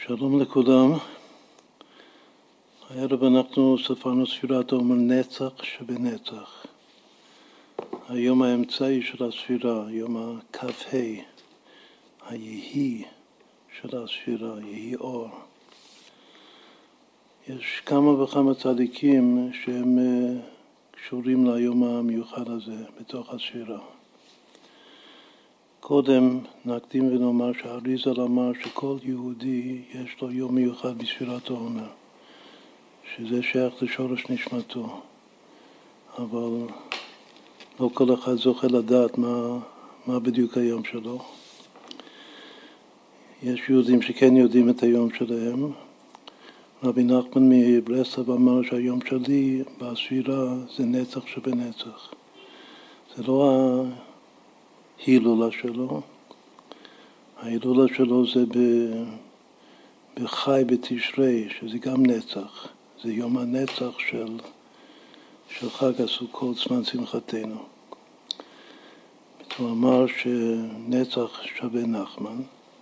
שלום לכולם. הערב אנחנו ספרנו ספירת העומר נצח שבנצח. היום האמצעי של הספירה, יום הכ"ה, היהי של הספירה, יהי אור. יש כמה וכמה צדיקים שהם קשורים ליום המיוחד הזה בתוך הספירה. קודם נקדים ונאמר שהאריז"ל אמר שכל יהודי יש לו יום מיוחד בספירת העומר, שזה שייך לשורש נשמתו, אבל לא כל אחד זוכה לדעת מה בדיוק היום שלו. יש יהודים שכן יודעים את היום שלהם. רבי נחמן מברסלב אמר שהיום שלי בספירה זה נצח שבנצח. זה לא ההילולה שלו. ההילולה שלו זה בחי בתשרי, שזה גם נצח. זה יום הנצח של חג הסוכות, זמן שמחתנו. הוא אמר שנצח שווה נחמן,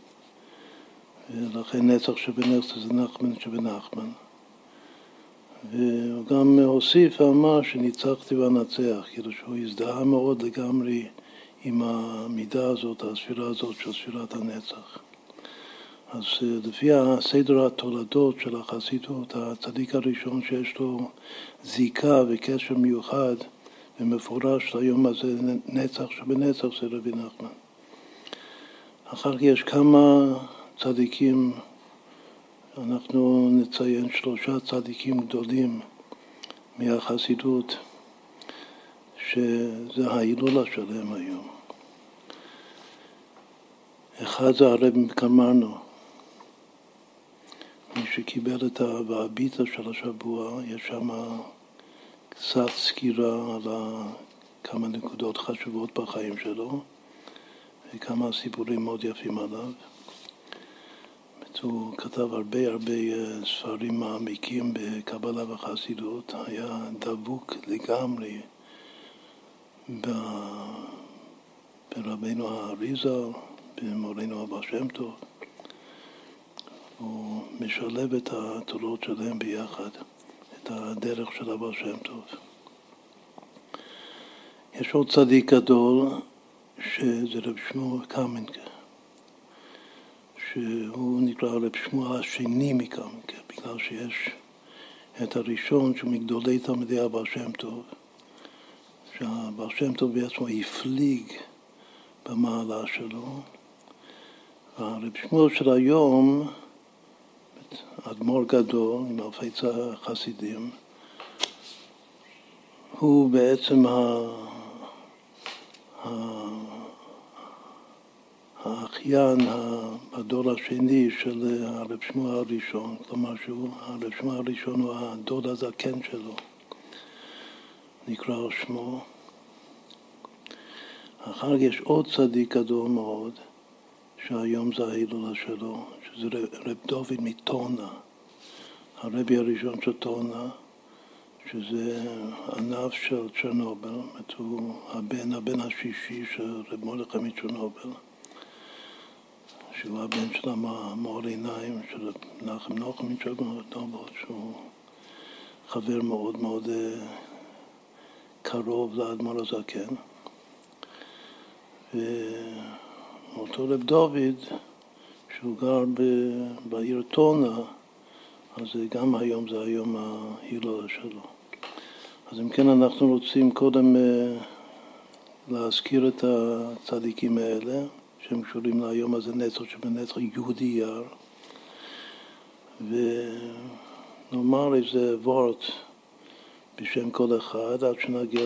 ולכן נצח שבנצח זה נחמן שבנחמן. והוא גם הוסיף ואמר שניצחתי ואנצח, כאילו שהוא הזדהה מאוד לגמרי עם המידה הזאת, הספירה הזאת של ספירת הנצח. אז לפי הסדר התולדות של החסידות, הצדיק הראשון שיש לו זיקה וקשר מיוחד ומפורש ליום הזה, נצח שבנצח, זה רבי נחמן. אחר כך יש כמה צדיקים, אנחנו נציין 3 צדיקים גדולים מהחסידות, שזה ההילולה שלהם היום. אחד זה הרב מקמרנו, מי שקיבל את הביטה של השבוע, יש שם קצת סקירה על כמה נקודות חשובות בחיים שלו, וכמה סיפורים מאוד יפים עליו. הוא כתב הרבה ספרים מעמיקים בקבלה וחסידות, היה דבוק לגמרי ברבינו האריז"ל, במורנו הבעל שם טוב. הוא משלב את התורות שלהם ביחד, את הדרך של הבעל שם טוב. יש עוד צדיק גדול שזה רב שמואל קמינקה, שהוא נקרא רב שמואל השני מקמינקה, בגלל שיש את הראשון שהוא מגדולי תלמידי הבעל שם טוב, שהבעל שם טוב בעצמו הפליג במעלה שלו. והרב שמואל של היום, אדמו"ר גדול עם אלפי חסידים, הוא בעצם האחיין הדור השני של הרב שמואל הראשון, כלומר הרב שמואל הראשון הוא הדוד הזקן שלו, נקרא על שמו. אחר יש עוד צדיק גדול מאוד, שהיום זה ההילולה שלו, שזה רב דוד מטונה, הרבי הראשון של טונה, שזה ענף של צ'רנובל, הוא הבן השישי של רב מרדכי מצ'רנובל, שהוא הבן של המאור עיניים של נחם נוחם מצ'רנובל, שהוא חבר מאוד מאוד קרוב לאדמו"ר הזקן. ואותו רב דוד, שהוא גר בעיר טונה, אז גם היום זה היום ההילולה שלו. אז אם כן, אנחנו רוצים קודם להזכיר את הצדיקים האלה, שהם קשורים ליום הזה, נצח שבנצח, יהודי יער, ונאמר איזה וורט בשם כל אחד, עד שנגיע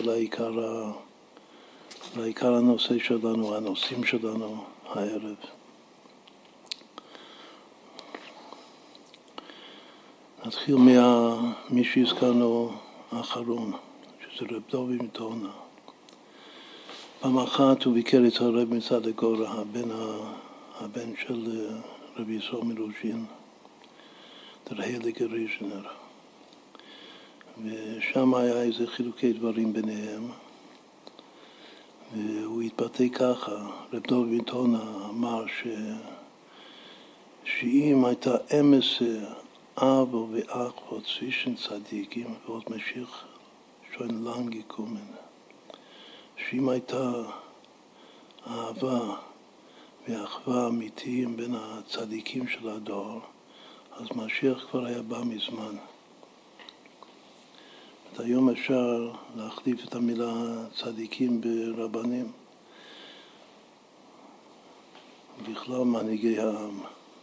לעיקר הנושא שלנו, הנושאים שלנו הערב. נתחיל מי שהזכרנו האחרון, שזה רב דוד מטונה. פעם אחת הוא ביקר את הרב מצד הגורה, הבן של רבי ישראל מרוז'ין, der Heilige Rishner. ושם היה איזה חילוקי דברים ביניהם. והוא התבטא ככה, רב דוד מטונה אמר שאם הייתה אמס אב ואח וצווישן צדיקים ועוד משיך שוין לנגי קומן, שאם הייתה אהבה ואחווה אמיתיים בין הצדיקים של הדור, אז משיח כבר היה בא מזמן. היום אפשר להחליף את המילה צדיקים ברבנים, בכלל מנהיגי העם.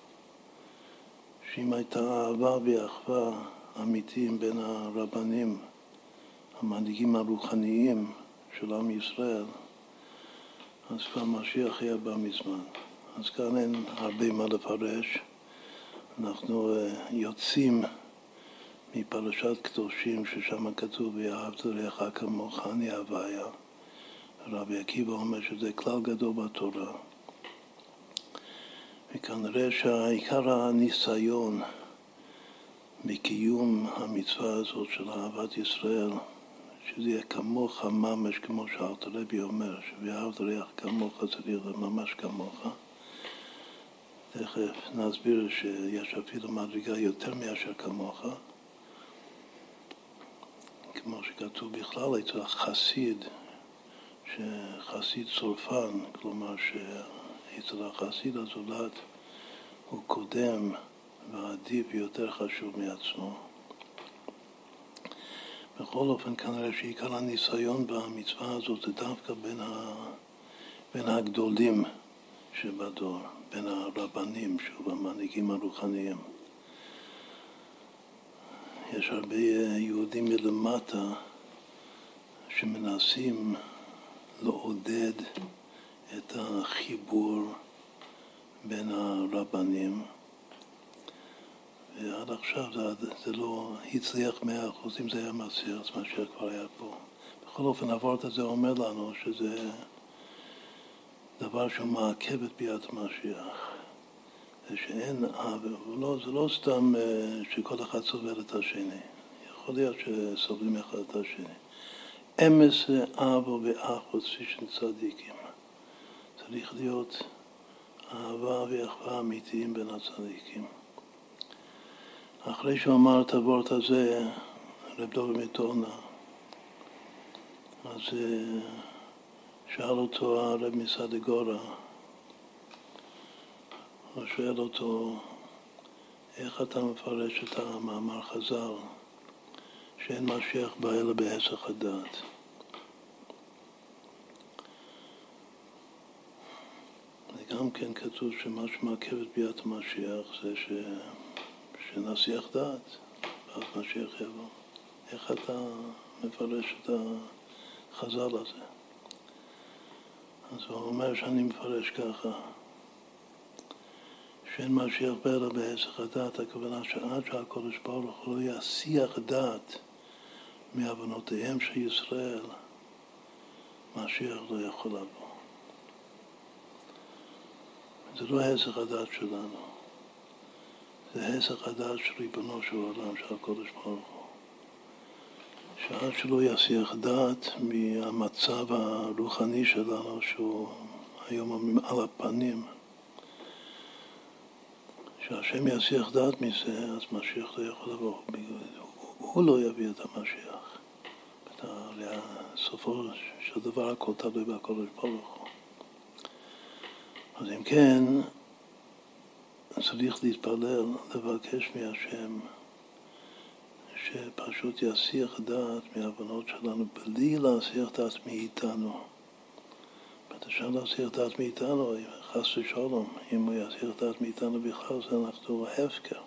שאם הייתה אהבה ואחווה אמיתיים בין הרבנים, המנהיגים הרוחניים של עם ישראל, אז כבר משיח היה בא מזמן. אז כאן אין הרבה מה לפרש. אנחנו יוצאים מפרשת קדושים, ששם כתוב ואהבת לרעך כמוך, אני הוויה. רבי עקיבא אומר שזה כלל גדול בתורה. וכנראה שהעיקר הניסיון בקיום המצווה הזאת של אהבת ישראל, שזה יהיה כמוך ממש, כמו שאלתר רבי אומר, ואהבת לרעך כמוך צריך ממש כמוך. תכף נסביר שיש אפילו מדרגה יותר מאשר כמוך. כמו שכתוב בכלל אצל החסיד, שחסיד צורפן, כלומר שאצל החסיד הזולת הוא קודם ועדיף ויותר חשוב מעצמו. בכל אופן, כנראה שעיקר הניסיון במצווה הזאת זה דווקא בין הגדולים שבדור, בין הרבנים, שוב, המנהיגים הרוחניים. יש הרבה יהודים מלמטה שמנסים לעודד את החיבור בין הרבנים, ועד עכשיו זה לא הצליח 100%, אם זה היה מצליח, אז משיח כבר היה פה. בכל אופן, הוורט הזה אומר לנו שזה דבר שהוא מעכב את ביאת המשיח. זה שאין אב, זה לא סתם שכל אחד סובל את השני. יכול להיות שסובלים אחד את השני. אמס אב ואח וצווישן צדיקים. צריך להיות אהבה ואחווה אמיתיים בין הצדיקים. אחרי שהוא אמר את הוורט הזה, רב דוב מטורנה, אז שאל אותו הרב מסדגורה, הוא שואל אותו, איך אתה מפרש את המאמר חז"ל, שאין משיח בא אלא בהיסח הדעת? וגם כן כתוב שמה שמעכב את ביאת המשיח זה שנסיח דעת, ואז משיח יבוא. איך אתה מפרש את החז"ל הזה? אז הוא אומר שאני מפרש ככה, שאין משיח בא אלא בהיסח הדעת, הכוונה שעד שהקדוש ברוך הוא לא יסיח דעת מהבנותיהם של ישראל, משיח לא יכול לבוא. זה לא היסח הדעת שלנו, זה היסח הדעת של ריבונו של עולם, של הקדוש ברוך הוא. שעד שלא יסיח דעת מהמצב הרוחני שלנו, שהוא היום על הפנים, שהשם יסיח דעת מזה, אז משיח לא יכול לבוא. הוא לא יביא את המשיח. סופו של דבר הכל תלוי בקדוש ברוך הוא. אז אם כן, צריך להתפלל, לבקש מהשם, שפשוט יסיח דעת מהבנות שלנו, בלי להסיח דעת מאיתנו. אפשר להסיח דעת מאיתנו, חס ושלום, אם הוא יסיח דעת מאיתנו בכלל, זה אנחנו הפקר.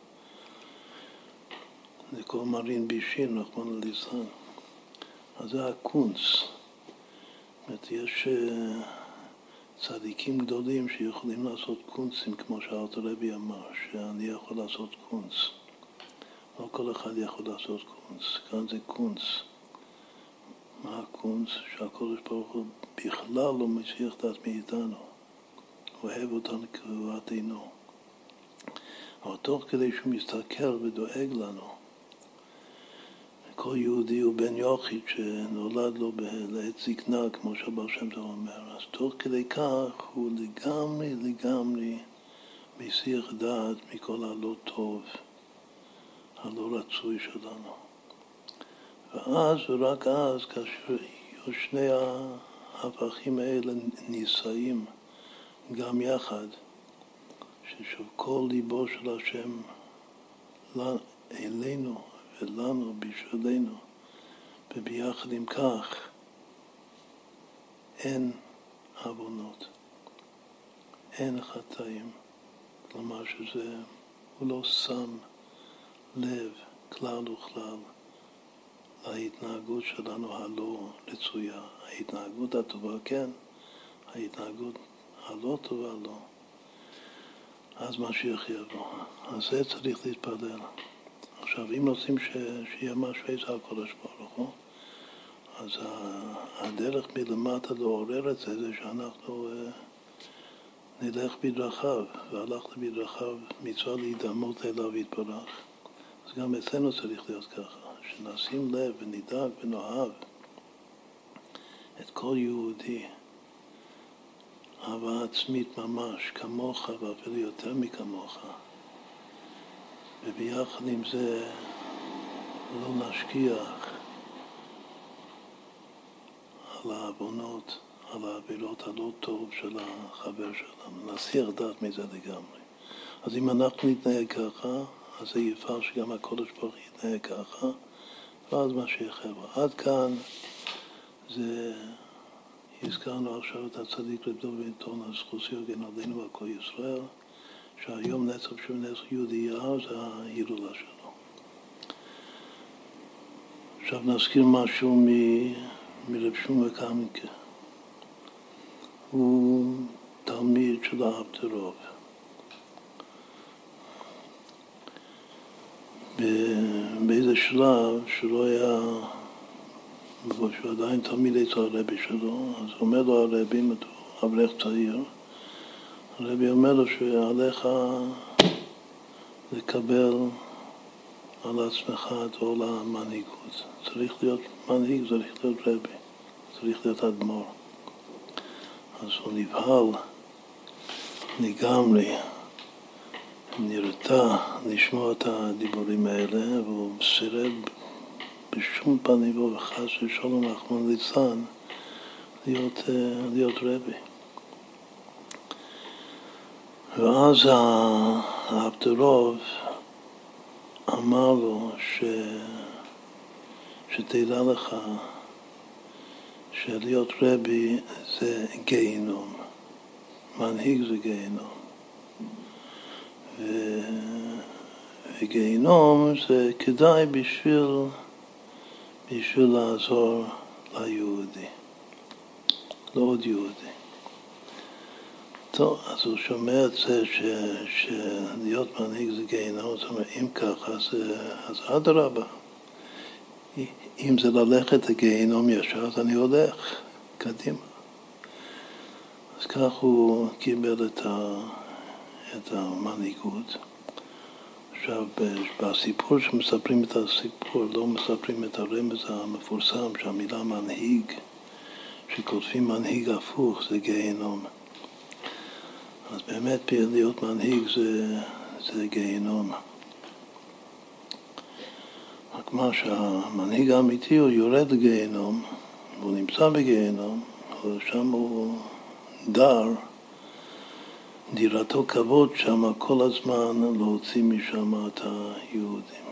זה כל מרין בישין, רחמנא ליצלן. אז זה הקונץ. זאת אומרת, יש צדיקים גדולים שיכולים לעשות קונצים, כמו שאלתר רבי אמר, שאני יכול לעשות קונץ. לא כל אחד יכול לעשות קונץ. כאן זה קונץ. מה הקונץ? שהקדוש ברוך הוא בכלל לא מסיח דעת מאיתנו. הוא אוהב אותנו כאוות עינו. אבל תוך כדי שהוא מסתכל ודואג לנו, כל יהודי הוא בן יחיד שנולד לו לעת זקנה, כמו שהבעל שם טוב אומר. אז תוך כדי כך הוא לגמרי מסיח דעת מכל הלא טוב, הלא רצוי שלנו. ואז ורק אז, כאשר שני ההפכים האלה נישאים גם יחד, ששוב כל ליבו של השם אלינו ולנו בשבילנו, וביחד עם כך אין עוונות, אין חטאים. כלומר שזה, הוא לא שם לב כלל וכלל להתנהגות שלנו הלא רצויה. ההתנהגות הטובה כן, ההתנהגות הלא טובה לא. אז משיח יבוא. אז זה צריך להתפלל. עכשיו, אם רוצים שיהיה משהו איזה הקודש ברוך הוא, אז הדרך מלמטה לעורר את זה, זה שאנחנו נלך בדרכיו, והלכת בדרכיו מצווה להידמות אליו יתברך. אז גם אצלנו צריך להיות ככה, שנשים לב ונדאג ונאהב את כל יהודי, אהבה עצמית ממש, כמוך ואפילו יותר מכמוך. וביחד עם זה לא נשכיח על העוונות, על העבירות הלא טוב של החבר שלנו. נסיח דעת מזה לגמרי. אז אם אנחנו נתנהג ככה, אז זה יפעל שגם הקודש ברוך יתנהג ככה, ואז משיח יבוא. עד כאן זה, הזכרנו עכשיו את הצדיק רב דוד בן טורנה, זכות יגן עלינו ועל כל ישראל, שהיום נצח של נס יהודייה זה ההילולה שלו. עכשיו נזכיר משהו מרב שמואל קמינקה. הוא תלמיד של האבטרוב. באיזה שלב שלא היה, שהוא עדיין תלמיד אצל הרבי שלו, אז אומר לו הרבי, אברך צעיר, הרבי אומר לו שעליך לקבל על עצמך את עול המנהיגות. צריך להיות מנהיג, צריך להיות רבי, צריך להיות אדמו"ר. אז הוא נבהל לגמרי, נרתע לשמוע את הדיבורים האלה, והוא סירב בשום פנים וחס ושלום רחמנא ליצלן להיות רבי. ואז האבטרוב אמר לו שתדע לך שלהיות רבי זה גיהינום, מנהיג זה גיהינום, וגיהינום זה כדאי בשביל לעזור ליהודי, לעוד יהודי. טוב, אז הוא שומע את זה שלהיות מנהיג זה גיהינום, זאת אומרת, אם ככה, אז אדרבה. אם זה ללכת לגיהינום ישר, אז אני הולך קדימה. אז כך הוא קיבל את המנהיגות. עכשיו, בסיפור שמספרים את הסיפור, לא מספרים את הרמז המפורסם, שהמילה מנהיג, שכותבים מנהיג הפוך, זה גיהינום. אז באמת להיות מנהיג זה גיהינום. רק מה שהמנהיג האמיתי הוא יורד לגיהינום, והוא נמצא בגיהינום, ושם הוא דר, דירתו כבוד שם כל הזמן להוציא משם את היהודים.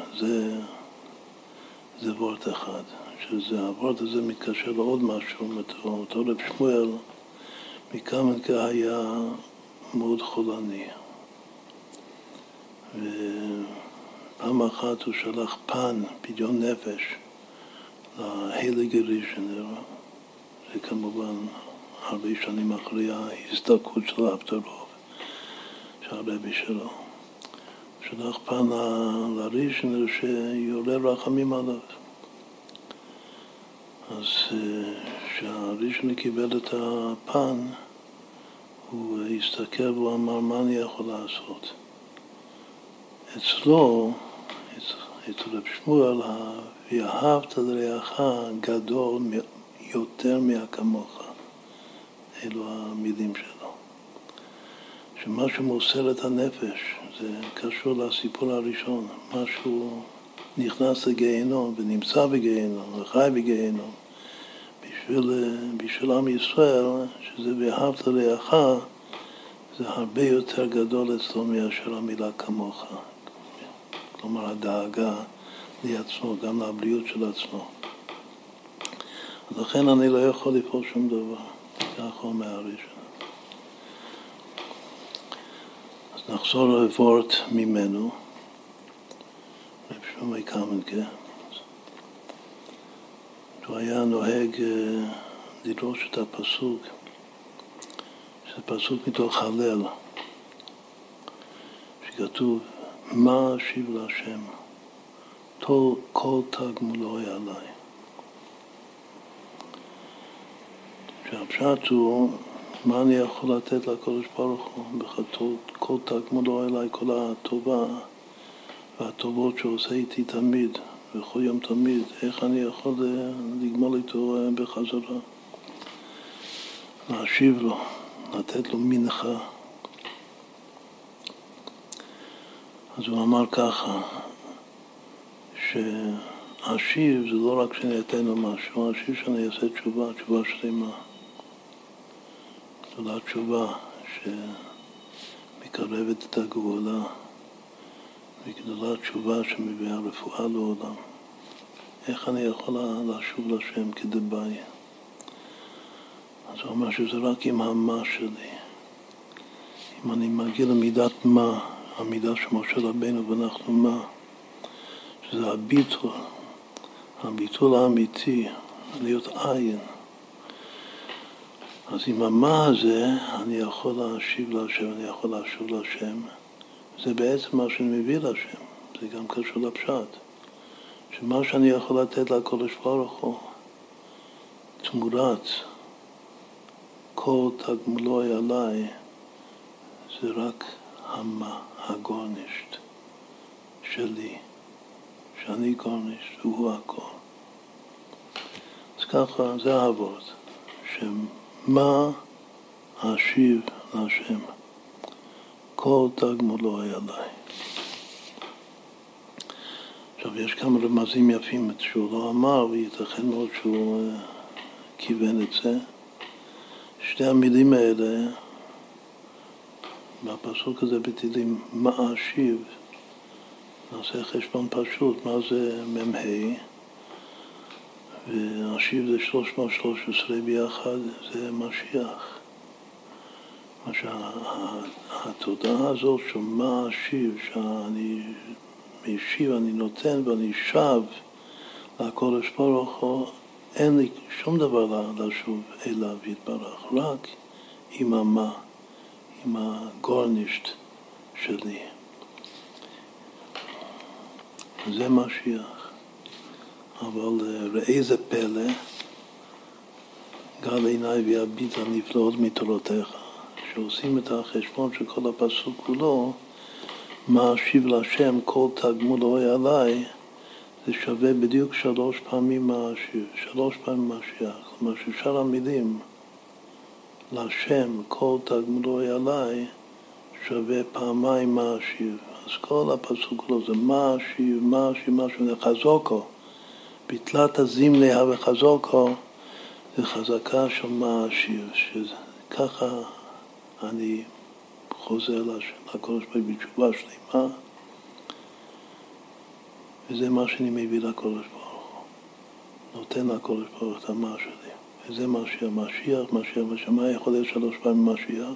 זה וורט אחד, הוורט הזה מתקשר לעוד משהו, אותו רב שמואל מקמינקה היה מאוד חולני. ופעם אחת הוא שלח פן, פדיון נפש, להילגה ראשונר. זה כמובן הרבה שנים אחרי ההזדקות של האבטרוב, של הרבי שלו. שלח פן לראשונר שיעורר רחמים עליו. אז כשהראשונר קיבל את הפן, הוא הסתכל והוא אמר, מה אני יכול לעשות? אצלו, אצל רב שמואל, ואהבת לרעך גדול יותר מהכמוך. אלו המילים שלו. שמשהו מוסר את הנפש, זה קשור לסיפור הראשון, משהו נכנס לגיהנום ונמצא בגיהנום וחי בגיהנום. בשביל עם ישראל, שזה ואהבת לרעך, זה הרבה יותר גדול אצלו מאשר המילה כמוך. כלומר, הדאגה לעצמו, גם לבריאות של עצמו. אז לכן אני לא יכול לפעול שום דבר, כך אומר הראשון. אז נחזור לוורט ממנו, לפשומה קמנקה. הוא היה נוהג לדרוש את הפסוק, שזה פסוק מתוך הלל, שכתוב, מה אשיב להשם? כל תגמולו עליי. שהפשט הוא, מה אני יכול לתת לקדוש ברוך הוא? כל תגמולו עליי, כל הטובה והטובות שעושה איתי תמיד, בכל יום תמיד, איך אני יכול לגמול איתו בחזרה? להשיב לו, לתת לו מנחה. אז הוא אמר ככה, שאשיב זה לא רק שאני אתן לו משהו, אשיב שאני אעשה תשובה, תשובה שלמה. גדולה תשובה שמקרבת את הגאולה, וגדולה תשובה שמביאה רפואה לעולם. איך אני יכול לשוב לשם כדבעי? אז הוא אומר שזה רק עם המה שלי. אם אני מגיע למידת מה, המידה שמשה רבנו ואנחנו מה, שזה הביטול האמיתי, להיות עין. אז עם המה הזה אני יכול להשיב להשם, אני יכול לשוב להשם. זה בעצם מה שאני מביא להשם. זה גם קשור לפשט. שמה שאני יכול לתת לקדוש ברוך הוא, תמורת כל תגמולו עליי, זה רק המה, הגורנישט שלי, שאני גורנישט והוא הכל. אז ככה זה העבוד, שמה אשיב להשם, כל תגמולו עליי. עכשיו, יש כמה רמזים יפים שהוא לא אמר, וייתכן מאוד שהוא כיוון את זה. שתי המילים האלה, בפסוק הזה בתהילים, מה אשיב, נעשה חשבון פשוט, מה זה מ"ה, ואשיב זה 313 ביחד, זה משיח. מה שהתודעה הזאת של מה אשיב, שאני משיב, אני נותן ואני שב לקדוש ברוך הוא, אין לי שום דבר לשוב אליו יתברך, רק עם המה, עם הגורנישט שלי. זה משיח. אבל ראי זה פלא, גל עיניי ויביט הנפלאות מתורותיך, שעושים את החשבון של כל הפסוק כולו, מה אשיב להשם כל תגמולו עליי, זה שווה בדיוק 3 פעמים מה אשיב, 3 פעמים משיח. כלומר ששאר המילים להשם כל תגמולו עליי שווה פעמיים מה אשיב. אז כל הפסוק כולו זה מה אשיב, מה אשיב, מה אשיב, זה חזוקו. בתלת הזימנה וחזוקו זה חזקה של מה אשיב, שככה אני חוזר לקדוש ברוך הוא בתשובה שלמה, וזה מה שאני מביא לקדוש ברוך הוא, נותן לקדוש ברוך הוא את המה שלי, וזה משיח. מה יכול להיות 3 פעמים משיח?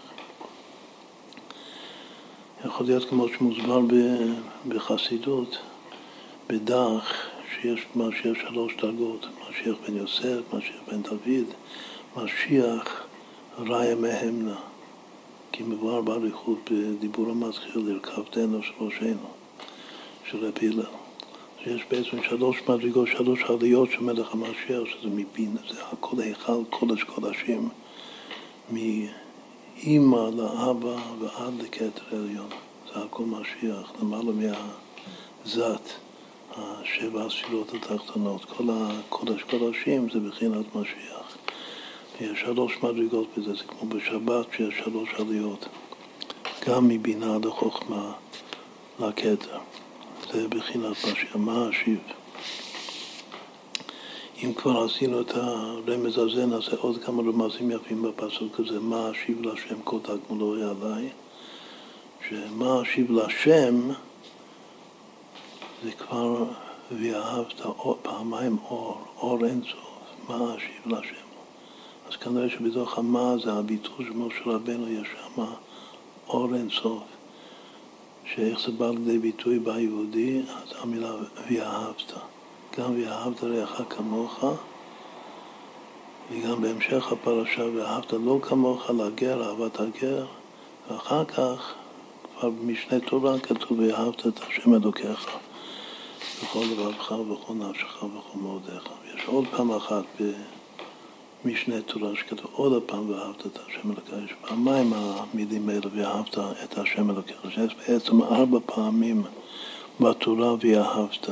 יכול להיות כמו שמוסבר בחסידות, בדרך, שיש משיח 3 דרגות, משיח בן יוסף, משיח בן דוד, משיח ראיה מהמנה, כי מבואר באריכות בדיבור המתחיל לרכבתנו של ראשנו, של רבי הלל. יש בעצם 3 מדרגות, 3 עליות של מלך המשיח, שזה מבין, זה הכל היכל קודש קודשים, מאמא לאבא ועד לכתר עליון. זה הכל משיח, למעלה מהזת, 7 הספירות התחתונות. כל הקודש קודשים זה בחינת משיח. יש 3 מדרגות בזה, זה כמו בשבת שיש 3 עליות. גם מבינה לחוכמה לכתר. זה בחינת משיח, מה אשיב? אם כבר עשינו את הרמז הזה, נעשה עוד כמה רמזים יפים בפסוק הזה, מה אשיב להשם כל תגמולו עליי, שמה אשיב להשם זה כבר ואהבת פעמיים אור אין סוף, מה אשיב להשם. אז כנראה שבתוך המה זה הביטוי של רבנו, יש שם אור אין סוף, שאיך זה בא לידי ביטוי ביהודי, אז המילה ואהבת. גם ואהבת רעך כמוך, וגם בהמשך הפרשה ואהבת לא כמוך לגר, אהבת הגר, ואחר כך כבר במשנה תורה כתוב ואהבת את השם אלוקיך בכל לבבך ובכל נפשך ובכל מאודיך. יש עוד פעם אחת במשנה תורה שכתוב עוד פעם ואהבת את השם אלוקיך. יש פעמיים המילים האלה ואהבת את השם אלוקיך. יש בעצם 4 פעמים בתורה ואהבת.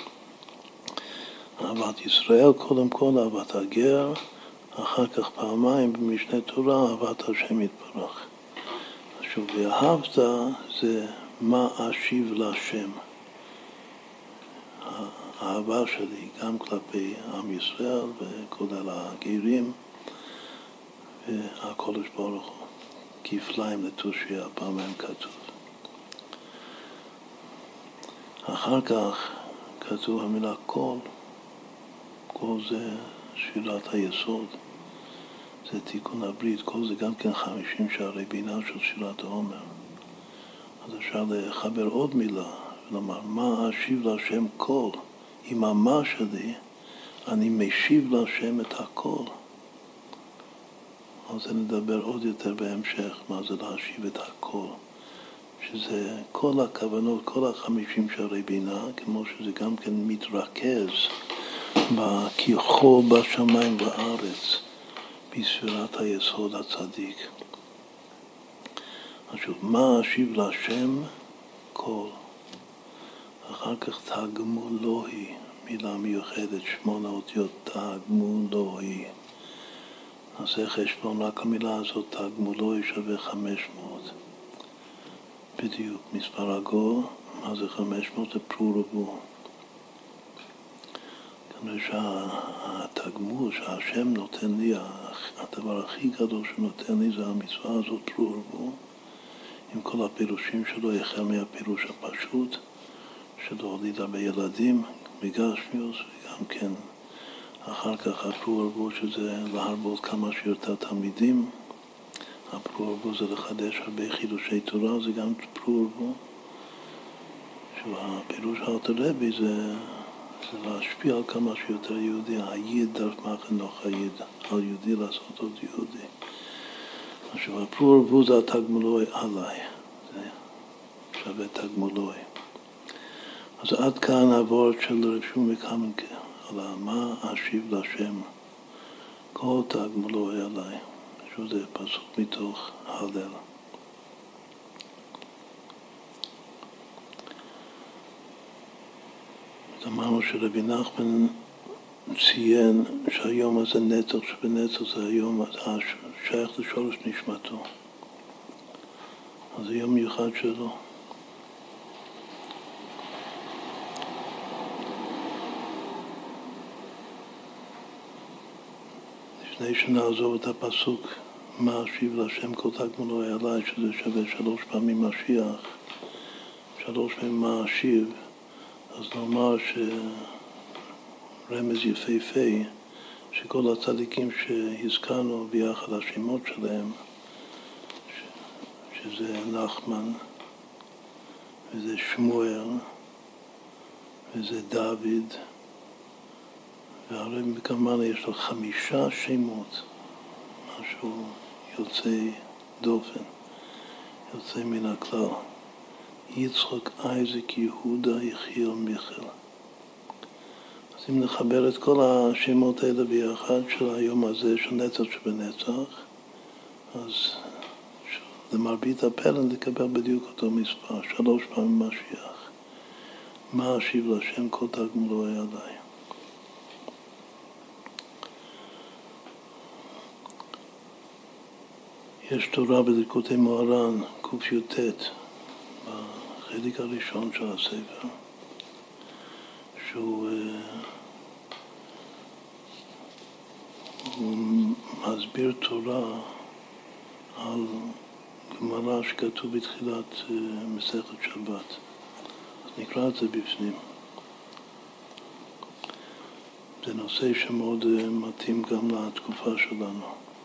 אהבת ישראל קודם כל, אהבת הגר, אחר כך פעמיים במשנה תורה, אהבת השם יתברך. עכשיו, ואהבת זה מה אשיב להשם. האהבה שלי גם כלפי עם ישראל וכולל הגרים והקודש ברוך הוא. כפליים לתושייה, פעמיים כתוב. אחר כך כתוב המילה כל. כל זה שירת היסוד, זה תיקון הברית, כל זה גם כן 50 שערי בינה של שירת העומר. אז אפשר לחבר עוד מילה ולומר, מה אשיב להשם כל? עם המה שלי, אני משיב להשם את הכל. על זה נדבר עוד יותר בהמשך, מה זה להשיב את הכל. שזה כל הכוונות, כל 50 שערי בינה, כמו שזה גם כן מתרכז כחול בשמיים וארץ, בספירת היסוד הצדיק. עכשיו, מה אשיב להשם? כל. אחר כך תגמולוי, מילה מיוחדת, 8 אותיות, תגמולוי. נעשה חשבון, רק המילה הזאת, תגמולוי שווה 500. בדיוק, מספר עגול, מה זה 500? זה פרו ורבו. כנראה שהתגמול שהשם נותן לי, הדבר הכי גדול שנותן לי זה המצווה הזאת, פרו ורבו, עם כל הפירושים שלו, החל מהפירוש הפשוט, שלו הוליד הרבה ילדים בגשמיוס, וגם כן אחר כך הפרו ורבו, שזה להרבות כמה שיותר תלמידים. הפרו ורבו זה לחדש הרבה חידושי תורה, זה גם פרו ורבו. שהפירוש האלתר-רבי זה להשפיע על כמה שיותר יהודי, היד דרך מחנוך היד, על יהודי לעשות עוד יהודי. עכשיו, הפרו ורבו זה התגמולוי עליי, זה שווה תגמולוי. אז עד כאן העבוד של רב שמואל מקמנקה, על מה אשיב להשם, כל תגמולוי עליי. שזה פסוק מתוך הלל. אמרנו שרבי נחמן ציין שהיום הזה נצח שבנצח זה היום שייך לשורש נשמתו. אז זה יום מיוחד שלו. לפני שנעזוב את הפסוק מה אשיב להשם כל תגמולוי עליי, שזה שווה 3 פעמים משיח, 3 פעמים מה אשיב, אז נאמר שרמז יפהפה, שכל הצדיקים שהזכרנו ביחד השמות שלהם, שזה נחמן, וזה שמואל, וזה דוד, והרי בכמובן יש לו 5 שמות, משהו יוצא דופן, יוצא מן הכלל. יצחק, אייזק, יהודה, יחיאל, מיכאל. אז אם נחבר את כל השמות האלה ביחד של היום הזה, של נצח שבנצח, אז למרבית הפלא נקבל בדיוק אותו מספר, 3 פעמים משיח. מה אשיב להשם כל תגמולוי עליי. יש תורה בליקוטי מוהר"ן, קי"ט, בחלק הראשון של הספר, שהוא מסביר תורה על גמרא שכתוב בתחילת מסכת שבת. אז נקרא את זה בפנים. זה נושא שמאוד מתאים גם לתקופה שלנו.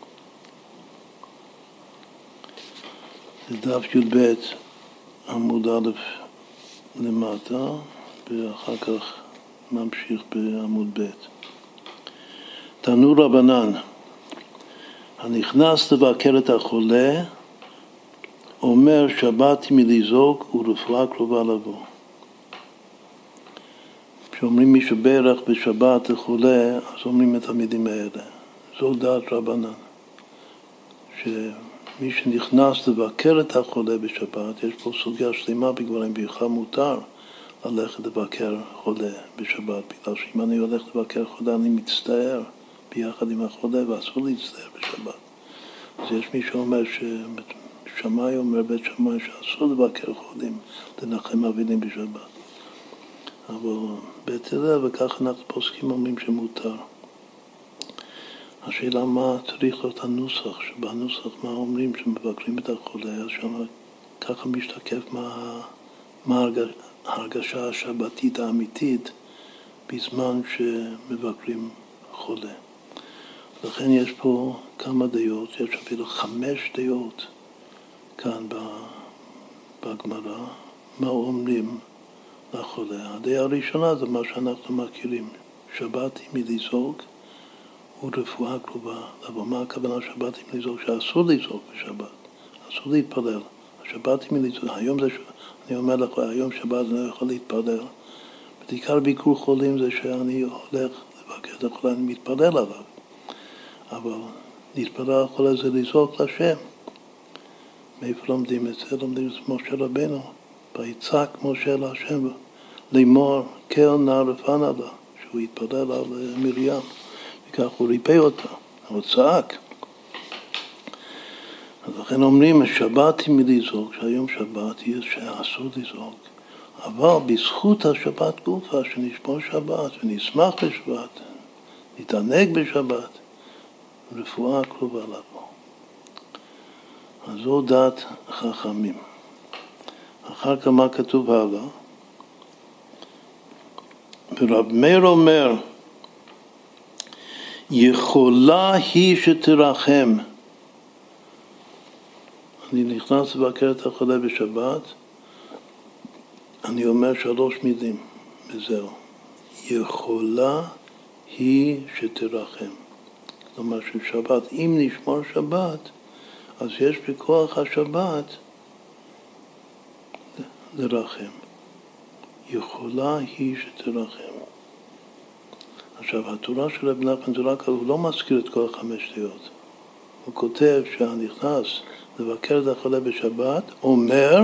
זה דף י"ב עמוד א' למטה, ואחר כך ממשיך בעמוד ב'. תנו רבנן, הנכנס לבקר את החולה, אומר שבתי מלזעוק ורפואה קרובה לבוא. כשאומרים מי שברך בשבת לחולה, אז אומרים את המילים האלה. זו דעת רבנן. שמי שנכנס לבקר את החולה בשבת, יש פה סוגיה שלמה בגברים, בכלל מותר ללכת לבקר חולה בשבת, בגלל שאם אני הולך לבקר חולה אני מצטער ביחד עם החולה ואסור להצטער בשבת. אז יש מי שאומר שמאי אומר בית שמאי שאסור לבקר חולים, לנחם אבלים בשבת. אבל בית הלל וכך אנחנו פוסקים אומרים שמותר. השאלה מה צריך להיות הנוסח, שבנוסח מה אומרים שמבקרים את החולה, אז שם ככה משתקף מה ההרגשה השבתית האמיתית בזמן שמבקרים חולה. לכן יש פה כמה דעות, יש אפילו 5 דעות כאן בגמרא, מה אומרים לחולה. הדעה הראשונה זה מה שאנחנו מכירים, שבתי מלזעוק ורפואה קרובה לבוא. מה הכוונה שבתי מלזעוק? שאסור לזעוק בשבת, אסור להתפלל. שבתי מלזעוק, היום זה, אני אומר לך, היום שבת אני לא יכול להתפלל. בעיקר ביקור חולים זה שאני הולך לבקר את החולה, אני מתפלל עליו. אבל להתפלל על החולה זה לזעוק לשם. מאיפה לומדים את זה? לומדים את משה רבנו. ויצעק משה להשם לאמור כל נא רפא לה, שהוא התפלל על מרים. וכך הוא ריפא אותה, הוא צעק. אז לכן אומרים, שבתי מלזעוק, שהיום שבת יש שאסור לזעוק. אבל בזכות השבת גופה, שנשמור שבת ונשמח בשבת, נתענג בשבת, רפואה קרובה לבוא. אז זו דעת חכמים. אחר כך מה כתוב הלאה? ורב מאיר אומר, יכולה היא שתרחם. אני נכנס לבקר את החולה בשבת, אני אומר 3 מילים, וזהו. יכולה היא שתרחם. כלומר ששבת, אם נשמור שבת, אז יש בכוח השבת לרחם. יכולה היא שתרחם. עכשיו, התורה של רב נחמן זרקה, הוא לא מזכיר את כל 5 דעות. הוא כותב שהנכנס לבקר את החולה בשבת, אומר,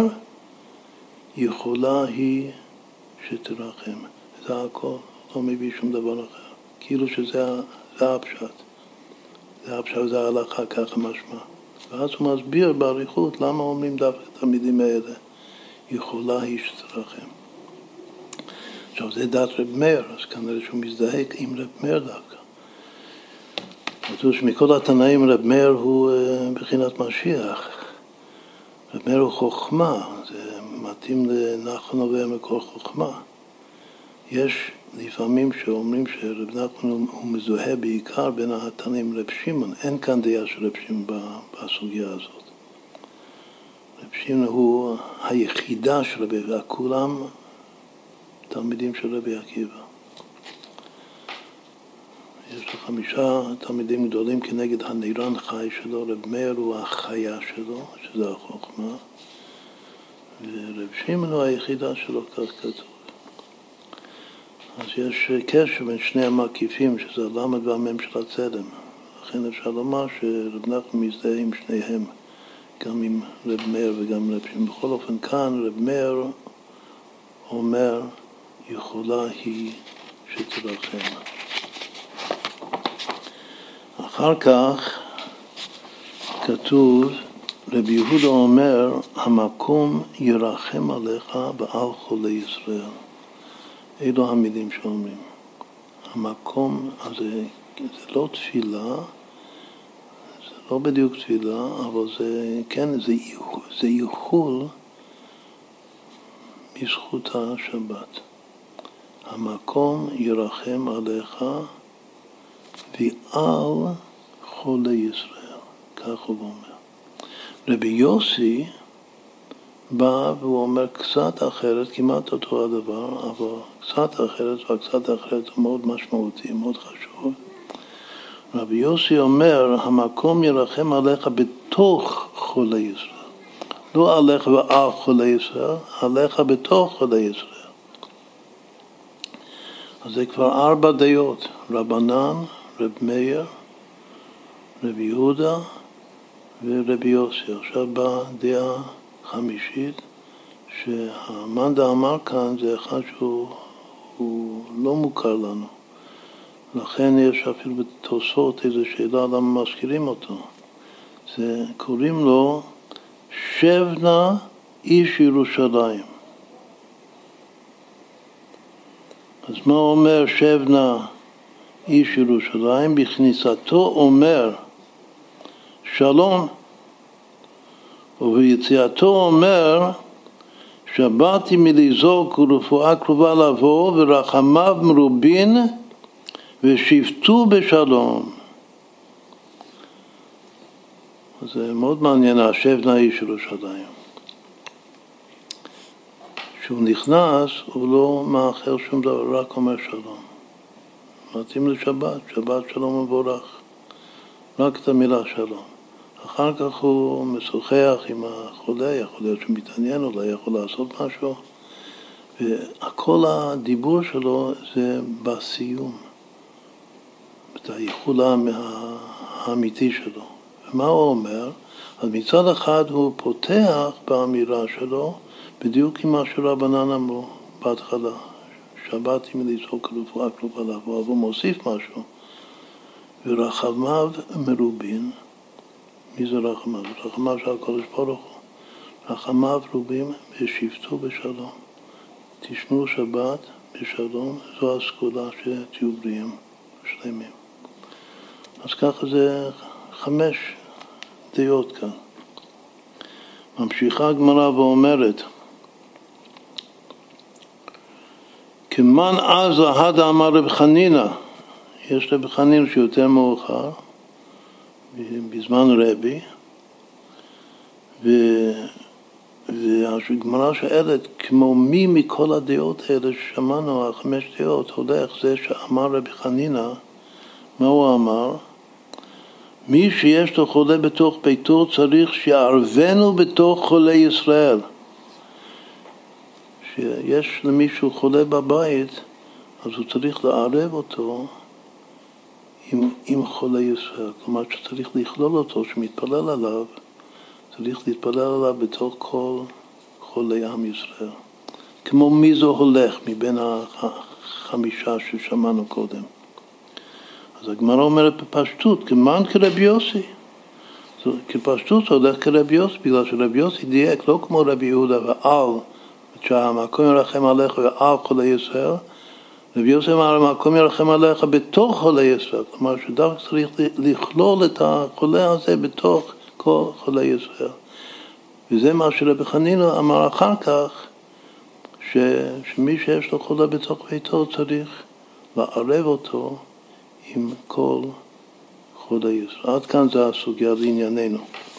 יכולה היא שתרחם. זה הכל, לא מביא שום דבר אחר. כאילו שזה הפשט. זה הפשט, זה ההלכה, ככה משמע. ואז הוא מסביר בעריכות למה אומרים דווקא את המילים האלה. יכולה היא שתרחם. עכשיו זה דעת רב מאיר, אז כנראה שהוא מזדהה עם רב מאיר דווקא. כתוב שמכל התנאים רב מאיר הוא בחינת משיח. רב מאיר הוא חוכמה, זה מתאים לנחמן נובע מכל חוכמה. יש לפעמים שאומרים שרב נחמן הוא מזוהה בעיקר בין התנאים רב שמעון. אין כאן דעה של רב שמעון בסוגיה הזאת. רב שמעון הוא היחידה של רבי, וכולם תלמידים של רבי עקיבא. יש לו 5 תלמידים גדולים כנגד הנירן חי שלו. רב מאיר הוא החיה שלו, שזה החוכמה, ורב שמעון הוא היחידה שלו, כך כתוב. אז יש קשר בין שני המקיפים, שזה הלמד והמם של הצלם. לכן אפשר לומר שרב נחמן מזדהה עם שניהם, גם עם רב מאיר וגם עם רב שמעון. בכל אופן כאן רב מאיר אומר, יכולה היא שתרחם. אחר כך כתוב רבי יהודה אומר, המקום ירחם עליך ועל חולי ישראל. אלו המילים שאומרים. המקום הזה, זה לא תפילה, זה לא בדיוק תפילה, אבל זה, כן, זה ייחול בזכות השבת. המקום ירחם עליך ועל חולי ישראל, כך הוא אומר. רבי יוסי בא והוא אומר קצת אחרת, כמעט אותו הדבר, אבל קצת אחרת, והקצת אחרת הוא מאוד משמעותי, מאוד חשוב. רבי יוסי אומר, המקום ירחם עליך בתוך חולי ישראל. לא עליך ועל חולי ישראל, עליך בתוך חולי ישראל. אז זה כבר 4 דעות, רבנן, רב מאיר, רבי יהודה ורבי יוסי. עכשיו באה דעה חמישית, שהמאן דאמר כאן זה אחד שהוא לא מוכר לנו. לכן יש אפילו בתוספות איזו שאלה למה מזכירים אותו. זה קוראים לו שבנה איש ירושלים. אז מה אומר שבנה איש ירושלים? בכניסתו אומר שלום, וביציאתו אומר שבאתי מלזעוק ורפואה קרובה לבוא ורחמיו מרובין ושבתו בשלום. זה מאוד מעניין, השבנה איש ירושלים. כשהוא נכנס, הוא לא מאחר שום דבר, רק אומר שלום. מתאים לשבת, שבת שלום מבורך. רק את המילה שלום. אחר כך הוא משוחח עם החולה, יכול להיות שהוא מתעניין, אולי יכול לעשות משהו. וכל הדיבור שלו זה בסיום. את הייחול האמיתי שלו. ומה הוא אומר? אז מצד אחד הוא פותח באמירה שלו, בדיוק עם מה שרבנן אמרו בהתחלה. שבאתי מלזעוק רפואה קרובה לבוא, אבל הוא מוסיף משהו. ורחמיו מרובין. מי זה רחמיו? רחמיו של הקדוש ברוך הוא. רחמיו רובים ושבתו בשלום. תשמעו שבת בשלום, זו הסגולה שתהיו בריאים שלמים. אז ככה זה 5 דעות כאן. ממשיכה הגמרא ואומרת, כמן אז ההד אמר רב חנינא, יש רב חנינא שיותר מאוחר, בזמן רבי, והגמרא שואלת, כמו מי מכל הדעות האלה ששמענו, 5 דעות, הולך זה שאמר רבי חנינא, מה הוא אמר? מי שיש לו חולה בתוך ביתו צריך שיערבנו בתוך חולי ישראל. שיש למישהו חולה בבית, אז הוא צריך לערב אותו עם חולי ישראל. כלומר שצריך לכלול אותו, שמתפלל עליו, צריך להתפלל עליו בתוך כל חולי עם ישראל. כמו מי זה הולך מבין 5 ששמענו קודם. אז הגמרא אומרת בפשטות, כמן כרבי יוסי. כפשטות הולך כרבי יוסי, בגלל שרבי יוסי דייק לא כמו רבי יהודה ועל, שהמקום ירחם עליך ועל חולי ישראל, רבי יוסי אמר, המקום ירחם עליך בתוך חולי ישראל. כלומר שדווקא צריך לכלול את החולה הזה בתוך כל חולי ישראל. וזה מה שרבי חנינא אמר אחר כך, שמי שיש לו חולה בתוך ביתו צריך לערב אותו עם כל חולי ישראל. עד כאן זה הסוגיה לענייננו.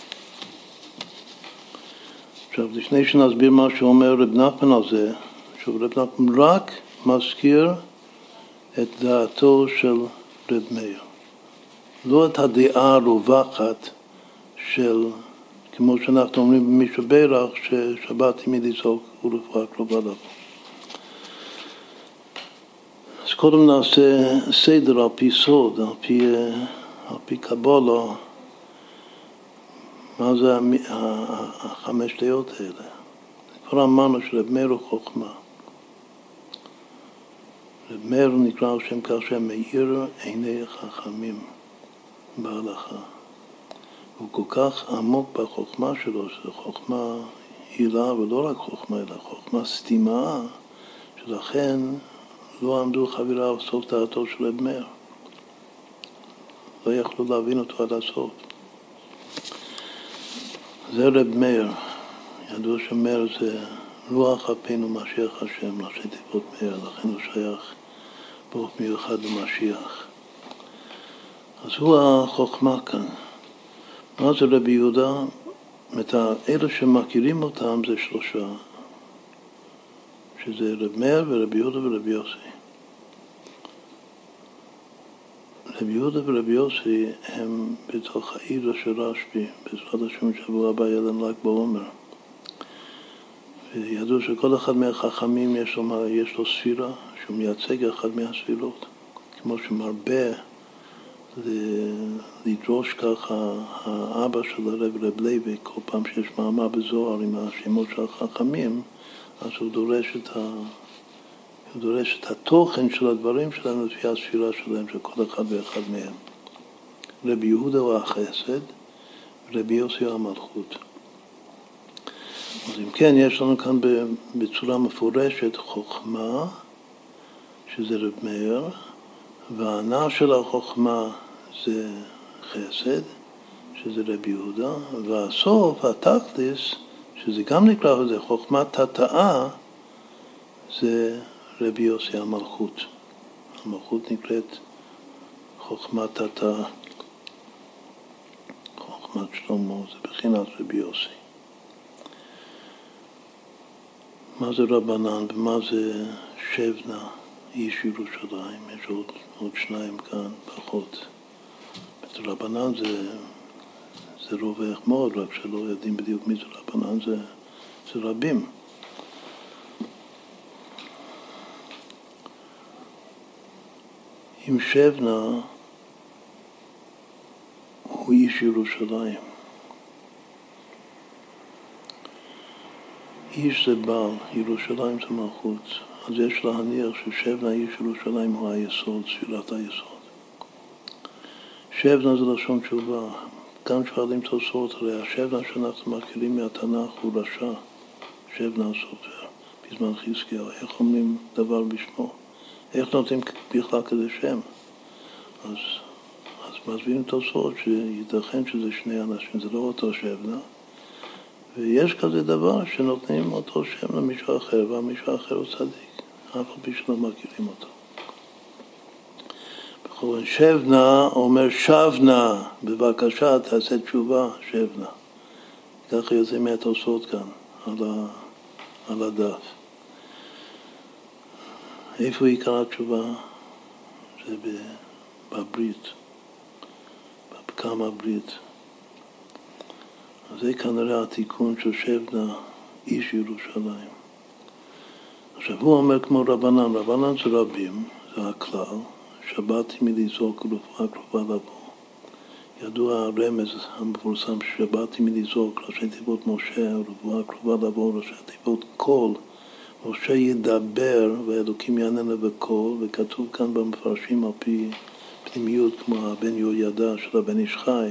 עכשיו, לפני שנסביר מה שאומר רב נחמן על זה, שוב, רב נחמן רק מזכיר את דעתו של רב מאיר. לא את הדעה הרווחת של, כמו שאנחנו אומרים במישהו ברך, ששבאתי מלזעוק ורפואה קרובה לבוא. אז קודם נעשה סדר על פי סוד, על פי קבלה, מה זה 5 דעות האלה. כבר אמרנו שרב מאיר הוא חוכמה. רב מאיר נקרא על שם כך שמאיר עיני חכמים בהלכה. הוא כל כך עמוק בחוכמה שלו, שזו חוכמה הילה, ולא רק חוכמה, אלא חוכמה סתימה, שלכן לא עמדו חבירה על סוף דעתו של רב מאיר. לא יכלו להבין אותו עד הסוף. זה רב מאיר. ידוע שמאיר זה רוח אפינו משיח השם, ראשי תיבות מאיר, לכן הוא שייך באופן מיוחד למשיח. אז הוא החוכמה כאן. מה זה רבי יהודה? אלה שמכירים אותם זה שלושה, שזה רב מאיר ורבי יהודה ורבי יוסי. רבי יהודה ורבי יוסי הם בתוך העיר של רשב"י, בעזרת השם שבוע הבא יהיה להם ל"ג בעומר. וידעו שכל אחד מהחכמים יש לו ספירה, שהוא מייצג אחד מהספירות. כמו שמרבה לדרוש ככה האבא של רב לוי, כל פעם שיש מאמר בזוהר עם השמות של החכמים, אז הוא דורש את התוכן של הדברים שלהם לפי הספירה שלהם, של כל אחד ואחד מהם. רבי יהודה הוא החסד, ורבי יוסי הוא המלכות. אז אם כן, יש לנו כאן בצורה מפורשת חוכמה, שזה רב מאיר, והענה של החוכמה זה חסד, שזה רבי יהודה, והסוף, התכלס, שזה גם נקרא לזה חוכמת תתאה, זה רבי יוסי המלכות. המלכות נקראת חוכמת תתאה. חוכמת שלמה, זה בחינת רבי יוסי. מה זה רבנן ומה זה שבנה, איש ירושלים? יש עוד שניים כאן, פחות. רבנן זה רווח מאוד, רק שלא יודעים בדיוק מי זה רבנן, זה רבים. עם שבנה הוא איש ירושלים. איש זה בעל, ירושלים זה מלכות. אז יש להניח ששבנה איש ירושלים הוא היסוד, ספירת היסוד. שבנה זה לשון תשובה. גם שואלים תוספות, הרי השבנה שאנחנו מכירים מהתנ"ך הוא רשע, שבנה הסופר, בזמן חזקיהו. איך אומרים דבר בשמו? איך נותנים בכלל כזה שם? אז מסבירים תוספות שיתכן שזה שני אנשים, זה לא אותו שבנה. ויש כזה דבר שנותנים אותו שם למישהו אחר, והמישהו אחר הוא צדיק, אף על פי שלא מכירים אותו. בכל שבנה אומר שבנה, בבקשה תעשה תשובה, שבנה. ככה יוצא מהתוספות כאן, על הדף. איפה עיקר התשובה? זה בברית, בפקם הברית. אז זה כנראה התיקון של שבנה, איש ירושלים. עכשיו הוא אומר כמו רבנן, רבנן זה רבים, זה הכלל, שבאתי מלזעוק ורפואה קרובה לבוא. ידוע הרמז המפורסם שבאתי מלזעוק, ראשי תיבות משה, ורפואה קרובה לבוא, ראשי תיבות קול. משה ידבר ואלוקים יעננה בקול, וכתוב כאן במפרשים על פי פנימיות כמו הבן יהוידע של הבן איש חי,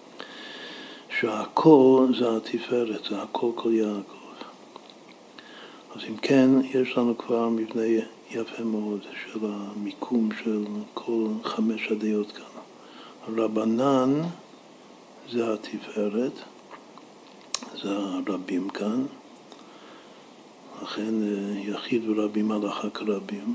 שהקול זה התפארת, זה הקול כל יעקב. אז אם כן, יש לנו כבר מבנה יפה מאוד של המיקום של כל 5 הדעות כאן. רבנן זה התפארת, זה הרבים כאן, לכן יחיד ורבים הלכה כרבים.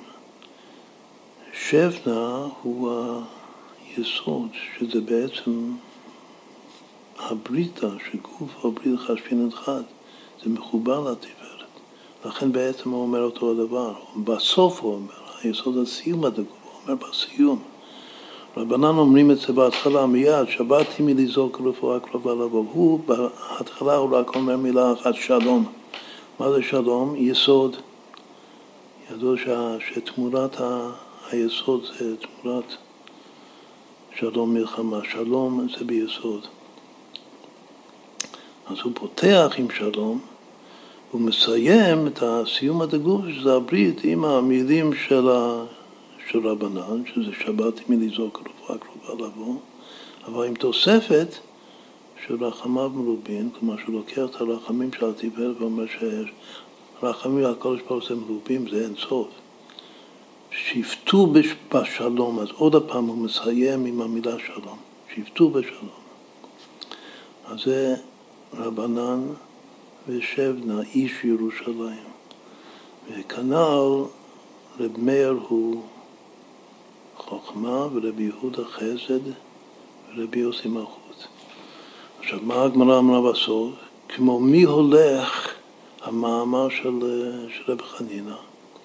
שבנה הוא היסוד, שזה בעצם הבריתה, שגוף הברית חשבין אחד, זה מחובר לתפארת. לכן בעצם הוא אומר אותו הדבר. בסוף הוא אומר, היסוד הסיום הדגוף, הוא אומר בסיום. רבנן אומרים את זה בהתחלה מיד, שבאתי מלזעוק רפואה קרובה לבוא. הוא בהתחלה הוא רק אומר מילה אחת, שלום. מה זה שלום? יסוד. ידוע שתמורת היסוד זה תמורת שלום מלחמה. שלום זה ביסוד. אז הוא פותח עם שלום, הוא מסיים את הסיום הדגוף, שזה הברית עם המילים של רבנן, שזה שבאתי מלזעוק רפואה קרובה לבוא, אבל עם תוספת שרחמיו מרובין, כלומר שהוא לוקח את הרחמים של התפארת ואומר שרחמים הקדוש ברוך הוא מרובים, זה אין סוף. שפטו בשלום, אז עוד הפעם הוא מסיים עם המילה שלום, שפטו בשלום. אז זה רבנן ושבנה, איש ירושלים. וכנ"ל רב מאיר הוא חוכמה, ורבי יהודה חסד, ורבי יוסי מלכות. עכשיו, מה הגמרא אמרה בסוף? כמו מי הולך המאמר של רב חנינא,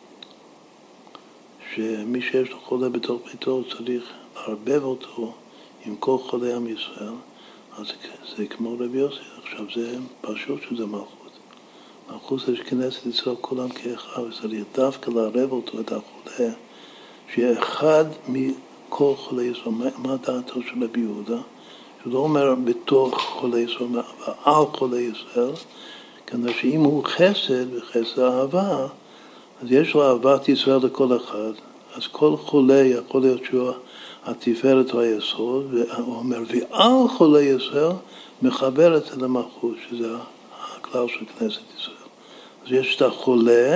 שמי שיש לו חולה בתוך ביתו צריך לערבב אותו עם כל חולי עם ישראל, אז זה כמו רבי יוסי. עכשיו זה פשוט שזה מלכות. מלכות זה שכנסת ישראל כולם כאחד, וצריך דווקא לערב אותו את החולה, שיהיה אחד מכל חולי ישראל. מה דעתו של רבי יהודה? שהוא לא אומר בתוך חולי ישראל, אבל על חולי ישראל, כנראה שאם הוא חסד וחסד אהבה, אז יש לו אהבת ישראל לכל אחד, אז כל חולה יכול להיות שהוא התפארת והיסוד, והוא אומר, ועל חולי ישראל מחבר את זה למלכות, שזה הכלל של כנסת ישראל. אז יש את החולה,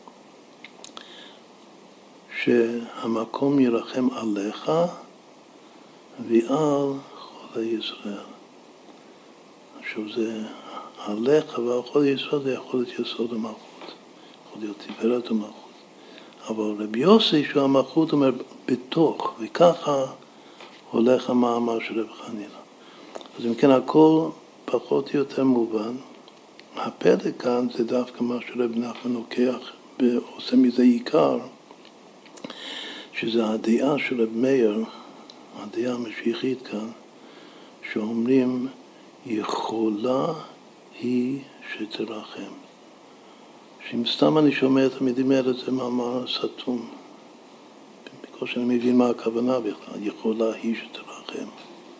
שהמקום ירחם עליך, ועל חולי ישראל. עכשיו זה עליך ועל חולי ישראל, זה יכול להיות יסוד המלכות, יכול להיות תפארת המלכות. אבל רבי יוסי שהוא המלכות אומר בתוך, וככה הולך המאמר של רב חנינא. אז אם כן הכל פחות או יותר מובן. הפלג כאן זה דווקא מה שרב נחמן לוקח ועושה מזה עיקר, שזה הדעה של רב מאיר, הדעה המשיחית כאן, שאומרים יכולה היא שתרחם. שאם סתם אני שומע את המילים האלה, זה מאמר סתום. בכל שאני מבין מה הכוונה בכלל, יכולה היא שתרחם.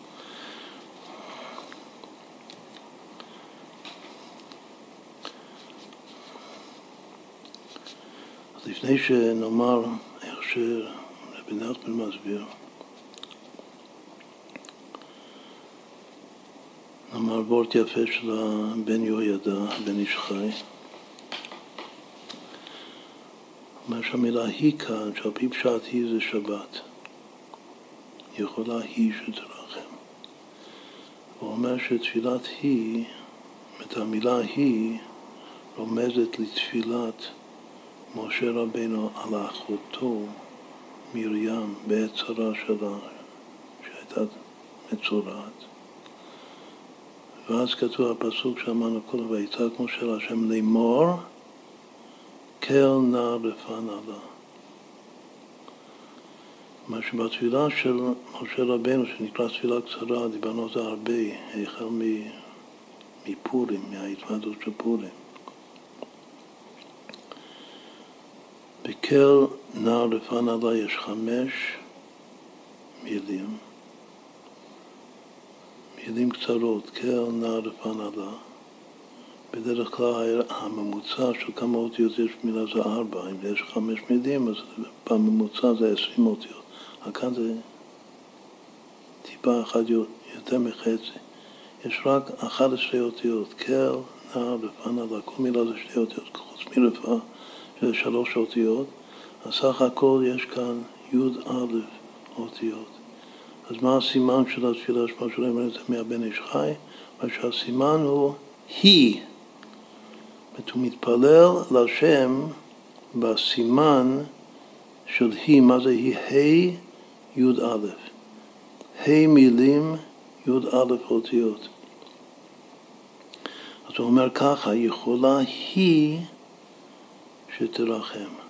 אז לפני שנאמר איך שרבי נחמן מסביר, נאמר וורט יפה של בן יהוידע, בן איש חי. אומר שהמילה היא כאן, שעל פי פשט היא זה שבת. יכולה היא שתרחם. הוא אומר שתפילת היא, את המילה היא, רומזת לתפילת משה רבינו על אחותו מרים בעת צרה שלה, שהייתה מצורעת. ואז כתוב הפסוק שאמרנו כל ויצעק משה להשם לאמור, כל נא לפניו. מה שבתפילה של משה רבינו, שנקרא תפילה קצרה, דיברנו על זה הרבה, החל מפורים, מההתוועדות של פורים. בכל נא לפניו יש 5 מילים, מילים קצרות, כל נא לפניו. בדרך כלל הממוצע של כמה אותיות יש מילה זה 4, אם יש 5 מילים, אז בממוצע זה 20 אותיות. כאן זה טיפה אחת יותר מחצי. יש רק 11 אותיות, כל נא לפניו, כל מילה זה 2 אותיות, חוץ מרפאה, שזה 3 אותיות, אז סך הכל יש כאן י' אותיות. אז מה הסימן של התפילה שמה שלהם את זה מהבן איש חי? מה שהסימן הוא היא. הוא מתפלל לשם בסימן של היא. מה זה היא? ה' י' א'. ה' מילים י' א' אותיות. אז הוא אומר ככה, יכולה היא שתרחם.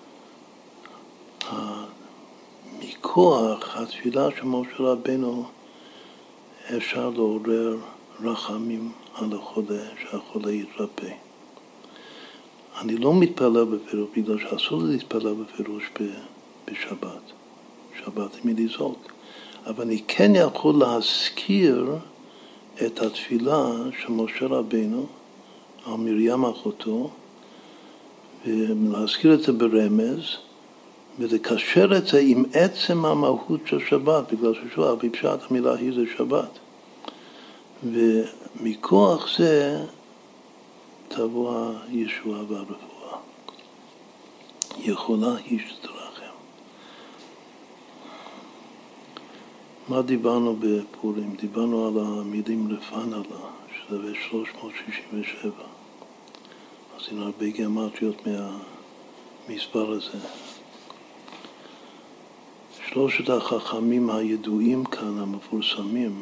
מכוח התפילה של משה רבינו אפשר לעורר רחמים על החולה, שהחולה יתרפא. אני לא מתפלל בפירוש, בגלל שאסור להתפלל בפירוש בשבת. שבת היא מלזעוק. אבל אני כן יכול להזכיר את התפילה של משה רבינו על מרים אחותו, ולהזכיר את זה ברמז, ולקשר את זה עם עצם המהות של שבת, בגלל ששוב, בפשט המילה היא זה שבת. ומכוח זה תבוא הישועה והרפואה. יכולה היא שתרחם. מה דיברנו בפורים? דיברנו על המילים לפנלה, שזה 367. עשינו הרבה גימטריות מהמספר הזה. שלושת החכמים הידועים כאן, המפורסמים,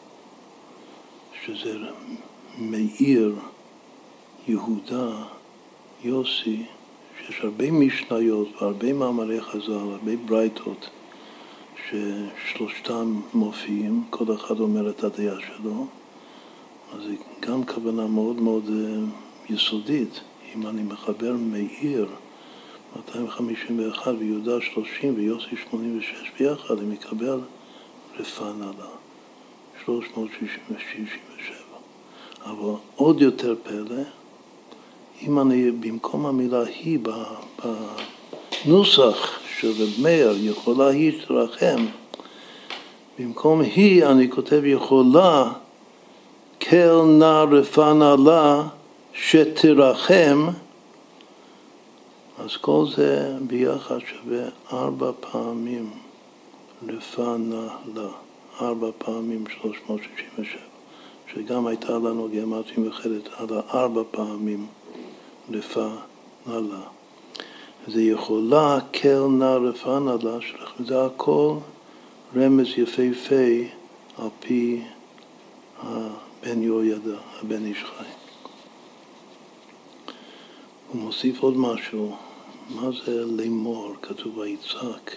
שזה מאיר, יהודה, יוסי, שיש הרבה משניות והרבה מאמרי חז"ל, הרבה ברייתות, ששלושתם מופיעים, כל אחד אומר את הדעה שלו, אז זה גם כוונה מאוד מאוד יסודית. אם אני מחבר מאיר 251 ויהודה 30 ויוסי 86 ביחד, אני מקבל רפנלה 367. אבל עוד יותר פלא, אם אני במקום המילה היא בנוסח של רב מאיר, יכולה היא שתרחם, במקום היא אני כותב יכולה כל נא רפנלה שתרחם, אז כל זה ביחד שווה 4 פעמים לפנלה, 4 פעמים 367, שגם הייתה לנו גימטריה מיוחדת על 4 פעמים לפנלה. זה יכולה כל נא רפנלה, זה הכל רמז יפהפה על פי הבן יהוידע, הבן איש חי. הוא מוסיף עוד משהו. מה זה לאמור? כתוב ויצעק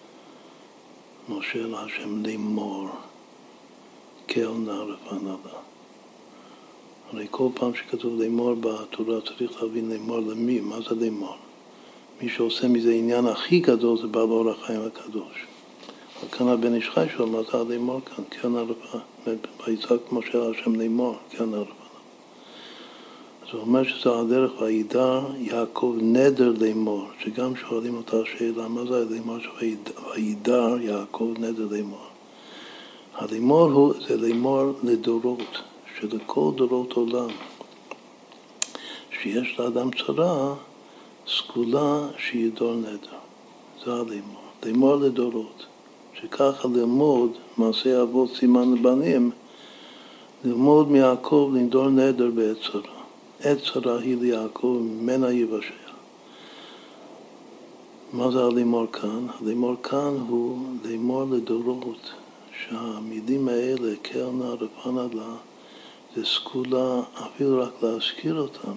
משה להשם לאמור כל נא רפנלה. הרי כל פעם שכתוב לאמור בתורה צריך להבין לאמור למי. מה זה לאמור? מי שעושה מזה עניין הכי גדול זה בעל אור החיים הקדוש. אבל כאן הבן איש חי שואל מה זה לאמור כאן? כל נא רפנלה. ויצעק משה להשם לאמור כל נא רפנלה. אז הוא אומר שזה הדרך, וידר יעקב נדר לאמור, שגם שואלים אותה השאלה, מה זה לאמור וידר יעקב נדר לאמור? הלאמור זה לאמור לדורות, שלכל דורות עולם, שיש לאדם צרה, סגולה שידור נדר. זה הלאמור. לאמור לדורות, שככה ללמוד מעשה אבות סימן לבנים, ללמוד מיעקב לנדור נדר בעת צרה. עת צרה היא ליעקב, ממנה יבשע. מה זה הלימור כאן? הלימור כאן הוא לימור לדורות, שהמילים האלה, כל נא רפנלה, זה סגולה אפילו רק להזכיר אותם,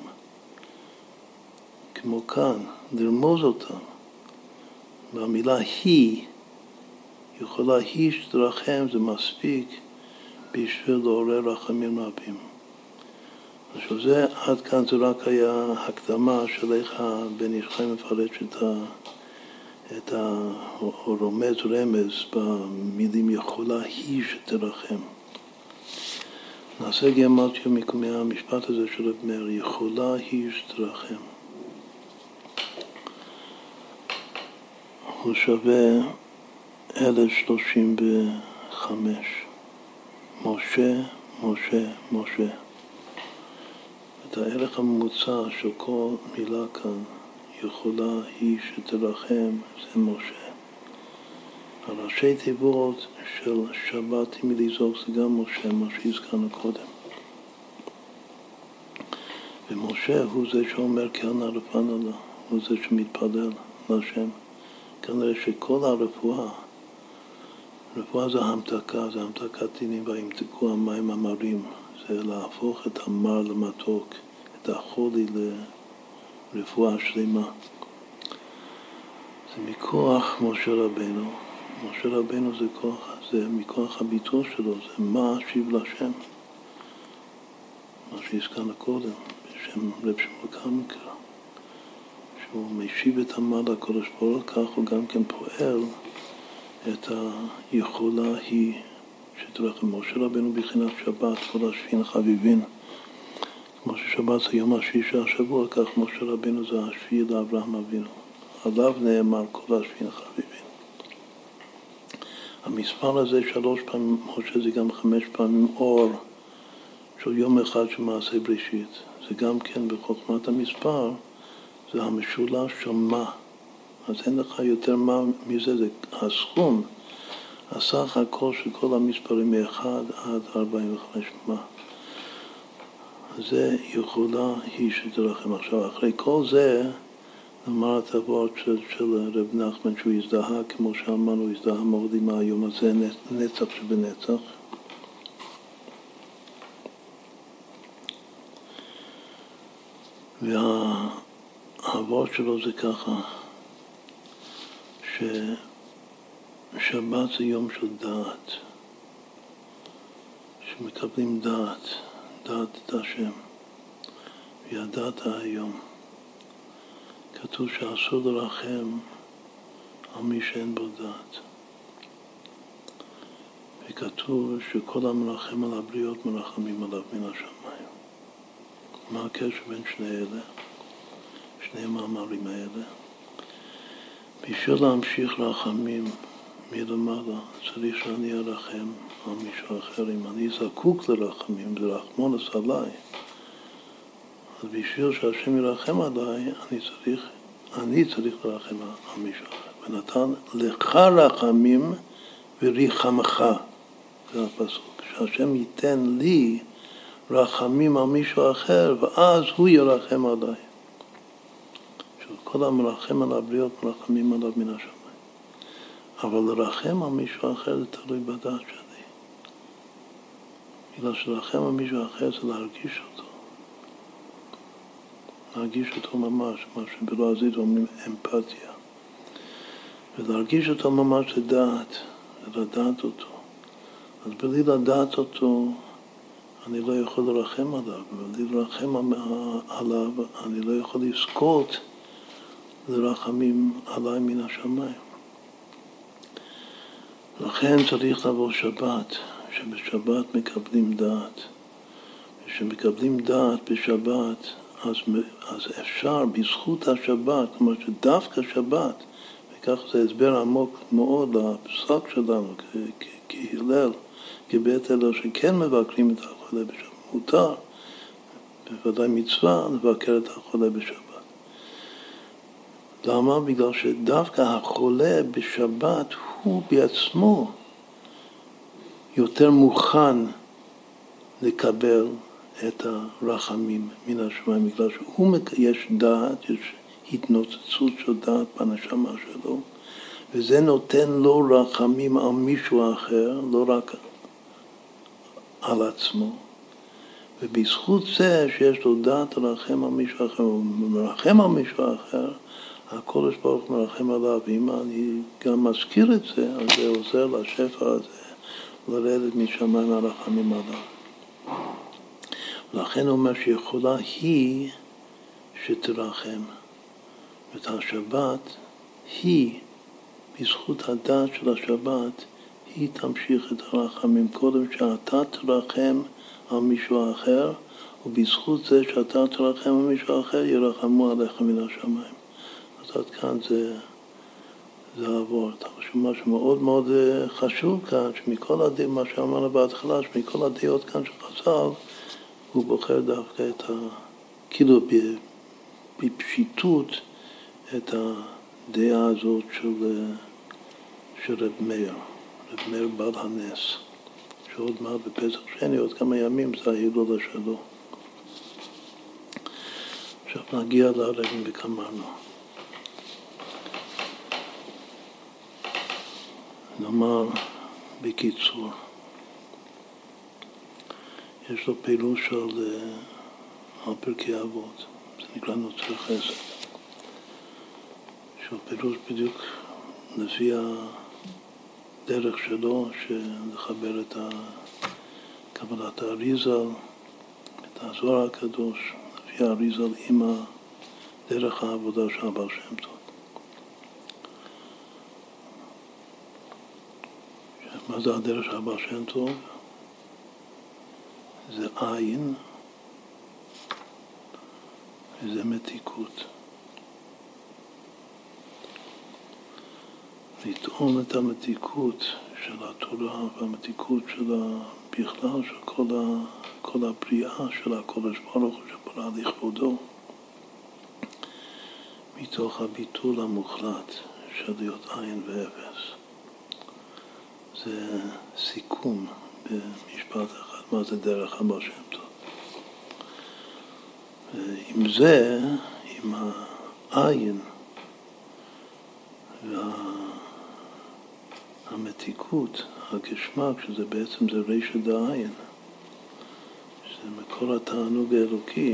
כמו כאן, לרמוז אותם. והמילה היא, יכולה היא שתרחם, זה מספיק בשביל לעורר רחמים רבים. עכשיו זה, עד כאן זה רק היה הקדמה של איך הבן איש חי מפרש או רומז רמז במילים יכולה היא שתרחם. נעשה גימטריה מהמשפט הזה של רב מאיר, יכולה היא שתרחם. הוא שווה 1035. משה, משה, משה. את הערך הממוצע של כל מילה כאן, יכולה היא שתרחם, זה משה. הראשי תיבות של שבתי מליזוק זה גם משה, מה שהזכרנו קודם. ומשה הוא זה שאומר כל נא רפנלה, הוא זה שמתפלל להשם. כנראה שכל הרפואה, רפואה זה המתקה, זה המתקת דינים והמתקו המים המרים. זה להפוך את המר למתוק, את החולי לרפואה שלמה. זה מכוח משה רבנו. משה רבנו זה כוח, זה מכוח הביטול שלו, זה מה אשיב להשם. מה שהזכרנו קודם, בשם רב שמואל קרמקר. שהוא משיב את המר לקדוש ברוך הוא, כך הוא גם כן פועל את היכולה היא שתרחם. משה רבנו בחינת שבת, כל השביעין חביבין. כמו ששבת זה יום השביעי של השבוע, כך משה רבנו זה השביעי לאברהם אבינו. עליו נאמר כל השביעין חביבין. המספר הזה 3 פעמים, משה זה גם 5 פעמים אור, של יום אחד של מעשה בראשית. זה גם כן בחוכמת המספר, זה המשולש של מה. אז אין לך יותר מה מזה, זה הסכום, הסך הכל של כל המספרים מ-1 עד 45 מה. זה יכולה היא שתרחם. עכשיו, אחרי כל זה, נאמר את הוורד של רב נחמן, שהוא הזדהה, כמו שאמרנו, הוא הזדהה מאוד עם היום הזה, נצח שבנצח. והוורד שלו זה ככה, ששבת זה יום של דעת, שמקבלים דעת, דעת את השם, וידעת היום. כתוב שאסור לרחם על מי שאין בו דעת. וכתוב שכל המרחם על הבריות מרחמים עליו מן השמיים. מה הקשר בין שני המאמרים האלה? בשביל להמשיך רחמים מלמעלה, צריך שאני ארחם על מישהו אחר. אם אני זקוק לרחמים, זה רחמונס עליי. אז בשביל שהשם ירחם עליי, אני צריך לרחם על מישהו אחר. ונתן לך רחמים וריחמך. זה הפסוק. שהשם ייתן לי רחמים על מישהו אחר, ואז הוא ירחם עליי. כל המרחם על הבריות מרחמים עליו מן השמיים. אבל לרחם על מישהו אחר זה תלוי בדעת שלי. בגלל שלרחם על מישהו אחר זה להרגיש אותו. להרגיש אותו ממש, מה שבלועזית אומרים אמפתיה. ולהרגיש אותו ממש לדעת, ולדעת אותו. אז בלי לדעת אותו, אני לא יכול לרחם עליו. ובלי לרחם עליו, אני לא יכול לזכות לרחמים עליי מן השמיים. לכן צריך לבוא שבת, שבשבת מקבלים דעת. וכשמקבלים דעת בשבת, אז אפשר בזכות השבת, כלומר שדווקא שבת, וכך זה הסבר עמוק מאוד לפסק שלנו, כהלל, כבית הלל, שכן מבקרים את החולה בשבת. מותר, בוודאי מצווה, לבקר את החולה בשבת. למה? בגלל שדווקא החולה בשבת הוא בעצמו יותר מוכן לקבל את הרחמים מן השמיים, בגלל שיש דעת, יש התנוצצות של דעת בנשמה שלו, וזה נותן לו רחמים על מישהו אחר, לא רק על עצמו. ובזכות זה שיש לו דעת לרחם על מישהו אחר, הוא מרחם על מישהו אחר, הקודש ברוך הוא מרחם עליו. ואם אני גם מזכיר את זה, אז זה עוזר לשפע הזה לרדת משמיים הרחמים עליו. לכן הוא אומר שיכולה היא שתרחם. ואת השבת היא, בזכות הדעת של השבת, היא תמשיך את הרחמים. קודם שאתה תרחם על מישהו אחר, ובזכות זה שאתה תרחם על מישהו אחר, ירחמו עליך מן השמיים. אז עד כאן זה עבור. משהו מאוד מאוד חשוב כאן, שמכל הדעות, מה שאמרנו בהתחלה, שמכל הדעות כאן של חז"ל, הוא בוחר דווקא את כאילו בפשיטות את הדעה הזאת של רב מאיר בעל הנס, שעוד מעט בפסח שני, עוד כמה ימים זה ההילולה שלו. עכשיו נגיע לרבים וקמרנו. נאמר בקיצור, יש לו פירוש על פרקי אבות, זה נקרא נוצר חסד, שהוא פירוש בדיוק לפי הדרך שלו, לחבר את קבלת האריזל, את הזוהר הקדוש, לפי האריזל עם דרך העבודה של הבעל שם טוב. מה זה הדרך של הבעל שם טוב? זה עין וזה מתיקות. לטעון את המתיקות של התורה והמתיקות של בכלל של כל כל הבריאה של הקודש ברוך הוא שברא לכבודו, מתוך הביטול המוחלט של להיות עין ואפס. זה סיכום במשפט אחד, מה זה דרך הבעל שם טוב. עם זה, עם העין והמתיקות, הגשמק, שזה בעצם זה רשע דעין, שזה מקור התענוג האלוקי,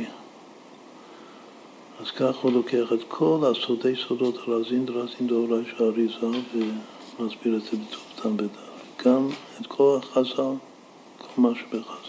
אז כך הוא לוקח את כל הסודי סודות הרזין דרזין דאורי של האריזה ומסביר את זה בטובתם בדעת. גם את כל החז"ל, כל מה שבחז"ל.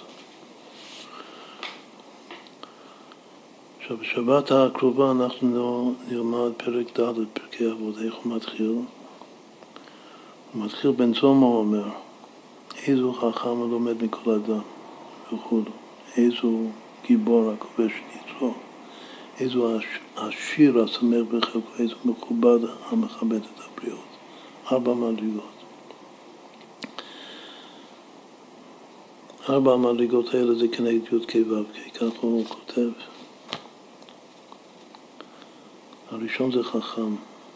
עכשיו, בשבת הקרובה אנחנו נלמד פרק ד' פרקי אבות. איך הוא מתחיל? הוא מתחיל בן זומא אומר, איזו חכם הלומד מכל אדם וכו', איזו גיבור הכובש יצרו, איזו עשיר השמח בחלקו, איזו מכובד המכבד את הבריות. 4 מדרגות. 4 המדרגות האלה זה כנגד י' כ' ו' כ', כך הוא כותב. הראשון זה חכם.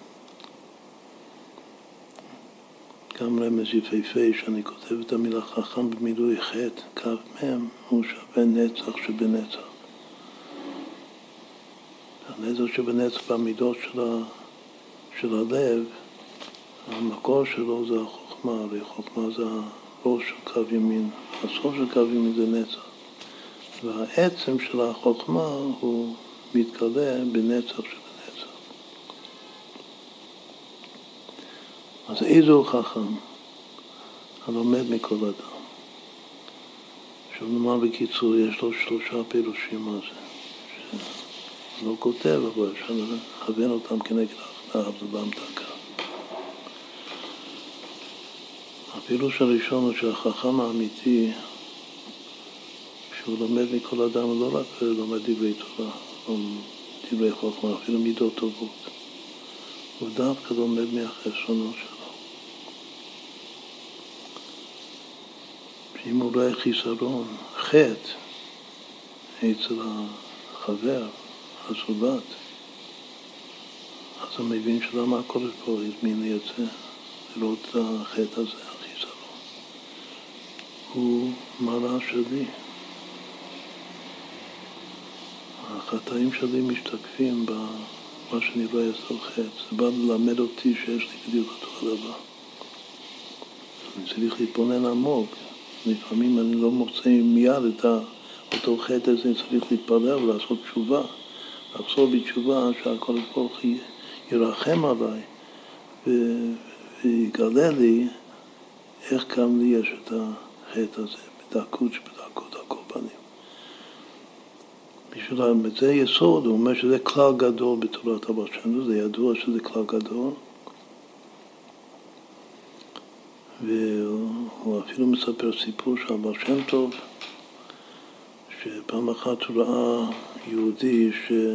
גם רמז יפהפה שאני כותב את המילה חכם במילוי חטא, כ' מ', הוא שווה נצח שבנצח. הנצח שבנצח במידות של הלב, המקור שלו זה החוכמה, הרי חוכמה זה הראש של קו ימין, הסוף של קו ימין זה נצח. והעצם של החוכמה הוא מתגלה בנצח שבנצח. אז איזו חכם הלומד מכל אדם. עכשיו נאמר בקיצור, יש לו 3 פירושים מה זה. לא כותב, אבל אפשר להבין אותם כנגד האחריו, זה בהמתקה. הפילוש הראשון הוא שהחכם האמיתי, שהוא לומד מכל אדם, הוא לא רק לומד דברי תורה, או דברי חוכמה, אפילו מידות טובות. הוא דווקא לומד מהחסרונות שלו. שאם הוא רואה חיסרון, חטא, אצל החבר, הזולת, אז הוא מבין שלמה הקודש פה הזמין לי את זה, לראות את החטא הזה, החיסרון. הוא מראה שלי. החטאים שלי משתקפים במה שאני רואה אצל חטא. זה בא ללמד אותי שיש לי בדיוק אותו הדבר. אני צריך להתבונן עמוק. לפעמים אני לא מוצא מיד את אותו חטא הזה, צריך להתפלל ולעשות תשובה. לחזור בתשובה שהקודש ברוך הוא ירחם עליי ויגלה לי איך גם לי יש את החטא הזה, בדקות שבדקות הקורבנים. בשביל זה יסוד, הוא אומר שזה כלל גדול בתורת הבעל שם טוב, זה ידוע שזה כלל גדול. והוא אפילו מספר סיפור של הבעל שם טוב, שפעם אחת הוא ראה יהודי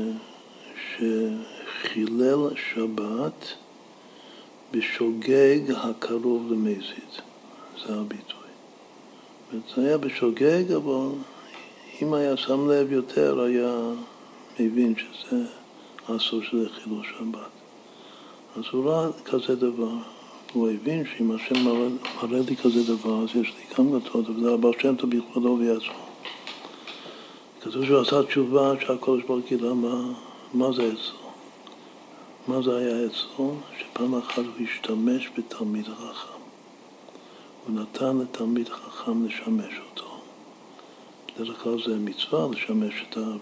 שחילל שבת בשוגג הקרוב למזיד. זה הביטוי. זה היה בשוגג, אבל אם היה שם לב יותר, היה מבין שזה אסור שזה חילול שבת. אז הוא ראה כזה דבר. הוא הבין שאם השם מראה לי כזה דבר, אז יש לי גם אותו, וזה הבעל שם טוב בכבודו ובעצמו. כתוב שהוא עשה תשובה שהקודש ברוך הוא גילה מה זה אצלו. מה זה היה אצלו? שפעם אחת הוא השתמש בתלמיד חכם. הוא נתן לתלמיד חכם לשמש אותו. בדרך כלל זה מצווה לשמש את הרב.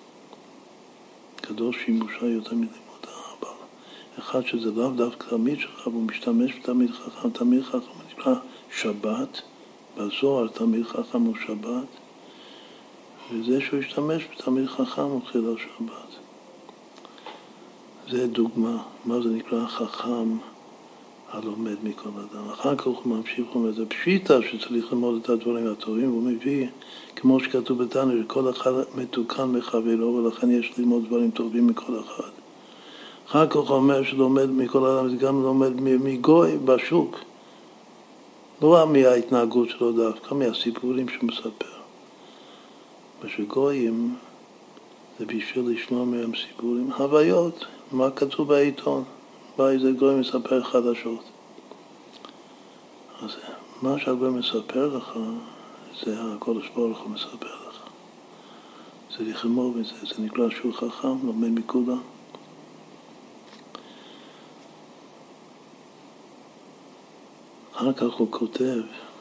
קדוש שימושה יותר מלימוד הרב. אחד שזה לאו דווקא תלמיד שלך, והוא משתמש בתלמיד חכם. תלמיד חכם נקרא שבת. בזוהר תלמיד חכם הוא שבת. וזה שהוא השתמש בתלמיד חכם הוא חילל שבת. זה דוגמה, מה זה נקרא חכם הלומד מכל אדם. אחר כך הוא ממשיך ואומר, זה פשיטה שצריך ללמוד את הדברים הטובים, והוא מביא, כמו שכתוב בתניא, שכל אחד מתוקן מחברו, ולכן יש ללמוד דברים טובים מכל אחד. אחר כך הוא אומר שלומד מכל אדם, זה גם לומד מגוי בשוק. לא מההתנהגות שלו דווקא, מהסיפורים שהוא מספר. ושגויים זה בשביל לשמוע מהם סיפורים, הוויות, מה כתוב בעיתון, בא איזה גוי מספר חדשות. אז מה שהגוי מספר לך, זה הקודש ברוך הוא מספר לך. זה לכמור מזה, זה נקרא שהוא חכם, לומד מכולם. אחר כך הוא כותב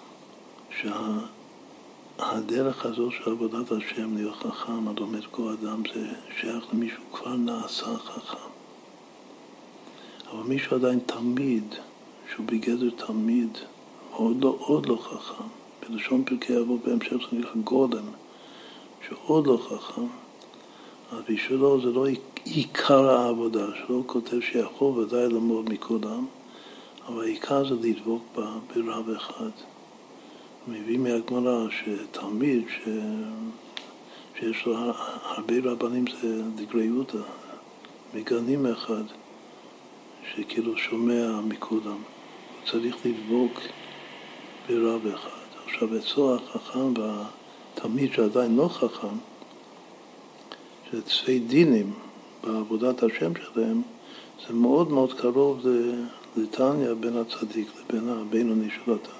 שהדרך הזאת של עבודת השם להיות חכם, הלומד כל אדם, זה שייך למישהו כבר נעשה חכם. אבל מישהו עדיין תמיד, שהוא בגדר תמיד, עוד לא חכם. בלשון פרקי אבות בהמשך זה נקרא גולם, שעוד לא חכם. אז בשבילו זה לא עיקר העבודה, שלא כותב שיכול ודאי ללמוד מכולם, אבל העיקר זה לדבוק ברב אחד. מביא מהגמרא שתלמיד שיש לו הרבה רבנים זה דגריותא, מגנים אחד שכאילו שומע מכולם. הוא צריך לדבוק ברב אחד. עכשיו אצלו החכם והתלמיד שעדיין לא חכם, שזה צפי דינים בעבודת השם שלהם, זה מאוד מאוד קרוב לתניא בין הצדיק לבין הבינוני של התניא.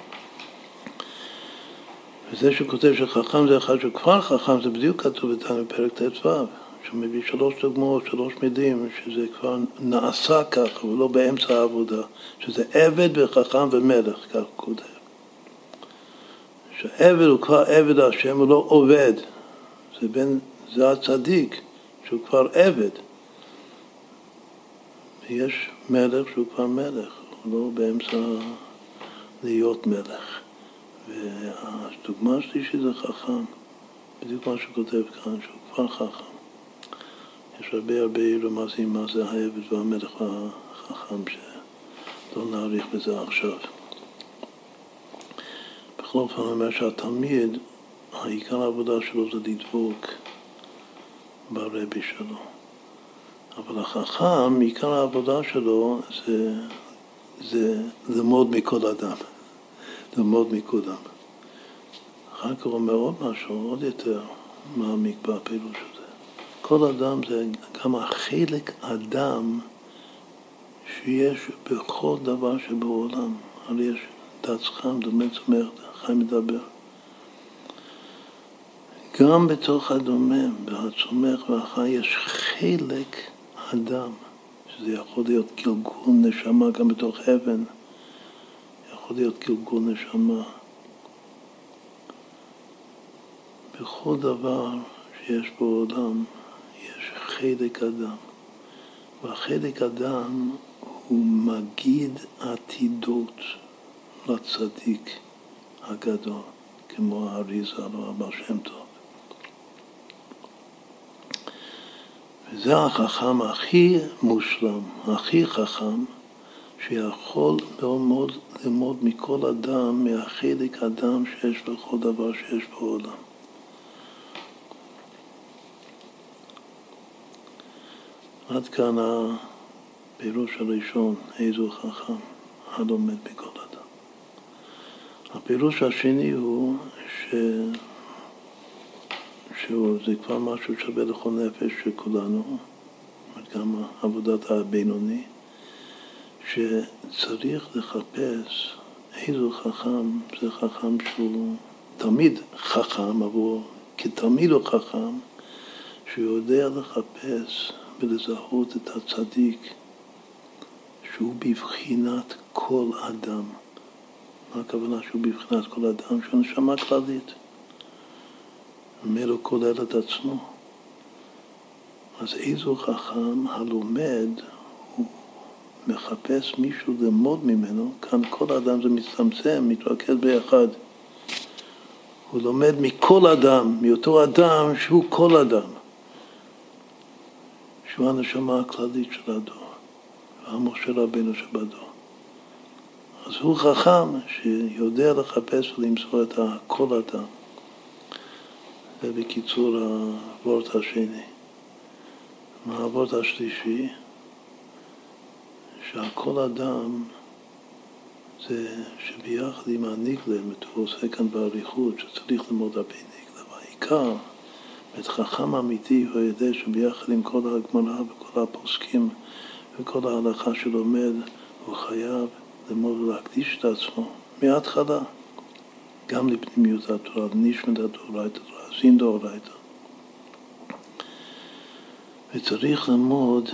וזה שכותב שחכם זה אחד שכבר חכם, זה בדיוק כתוב בתניא בפרק ט"ו, שמביא 3 דוגמאות, 3 מילים, שזה כבר נעשה ככה ולא באמצע העבודה, שזה עבד וחכם ומלך, כך הוא כותב. שהעבד הוא כבר עבד השם, הוא לא עובד. זה הצדיק שהוא כבר עבד. ויש מלך שהוא כבר מלך, הוא לא באמצע להיות מלך. והדוגמה השלישית זה חכם, בדיוק מה שכותב כאן, שהוא כבר חכם. יש הרבה רמזים מה זה העבד והמלך החכם, שלא נאריך בזה עכשיו. בכל אופן אומר שהתלמיד, העיקר העבודה שלו זה לדבוק ברבי שלו. אבל החכם, עיקר העבודה שלו זה ללמוד מכל אדם. ללמוד מכולם. אחר כך הוא אומר עוד משהו, עוד יותר מעמיק בפירוש הזה. כל אדם זה גם החלק אדם שיש בכל דבר שבעולם. הרי יש דץ חם, דומה צומח, חיים מדבר. גם בתוך הדומם, בהצומח והחי, יש חלק אדם, שזה יכול להיות גלגול נשמה גם בתוך אבן, יכול להיות גלגול נשמה. בכל דבר שיש בעולם יש חלק אדם, והחלק אדם הוא מגיד עתידות לצדיק הגדול, כמו האריזה או הבעל שם טוב. וזה החכם הכי מושלם, הכי חכם, שיכול מאוד ללמוד מכל אדם, מהחלק אדם שיש בכל דבר שיש בעולם. עד כאן הפירוש הראשון, איזו חכם, הלומד מכל אדם. הפירוש השני הוא שזה כבר משהו שווה לכל נפש של כולנו, גם עבודת הבינוני, שצריך לחפש איזו חכם, זה חכם שהוא תמיד חכם, אבל כתמיד הוא חכם, שהוא יודע לחפש ולזהות את הצדיק, שהוא בבחינת כל אדם. מה הכוונה שהוא בבחינת כל אדם? שהוא נשמה כללית. ממנו כולל את עצמו. אז איזו חכם הלומד, הוא מחפש מישהו ללמוד ממנו, כאן כל אדם זה מצטמצם, מתרכז ביחד. הוא לומד מכל אדם, מאותו אדם שהוא כל אדם. שהוא הנשמה הכללית של הדור, המשה רבינו שבדור. אז הוא חכם שיודע לחפש ולמצוא את כל אדם. זה בקיצור הוורט השני. מהוורט השלישי, שהכל אדם זה שביחד עם הניגלה, הוא עושה כאן בעריכות שצריך ללמוד הרבה ניגלה. והעיקר את חכם אמיתי הוא יודע שביחד עם כל הגמרא וכל הפוסקים וכל ההלכה שלומד, הוא חייב ללמוד ולהקדיש את עצמו מההתחלה, גם לפנימיות התורה, לנשמת הדאורייתא, להאזין דאורייתא. וצריך ללמוד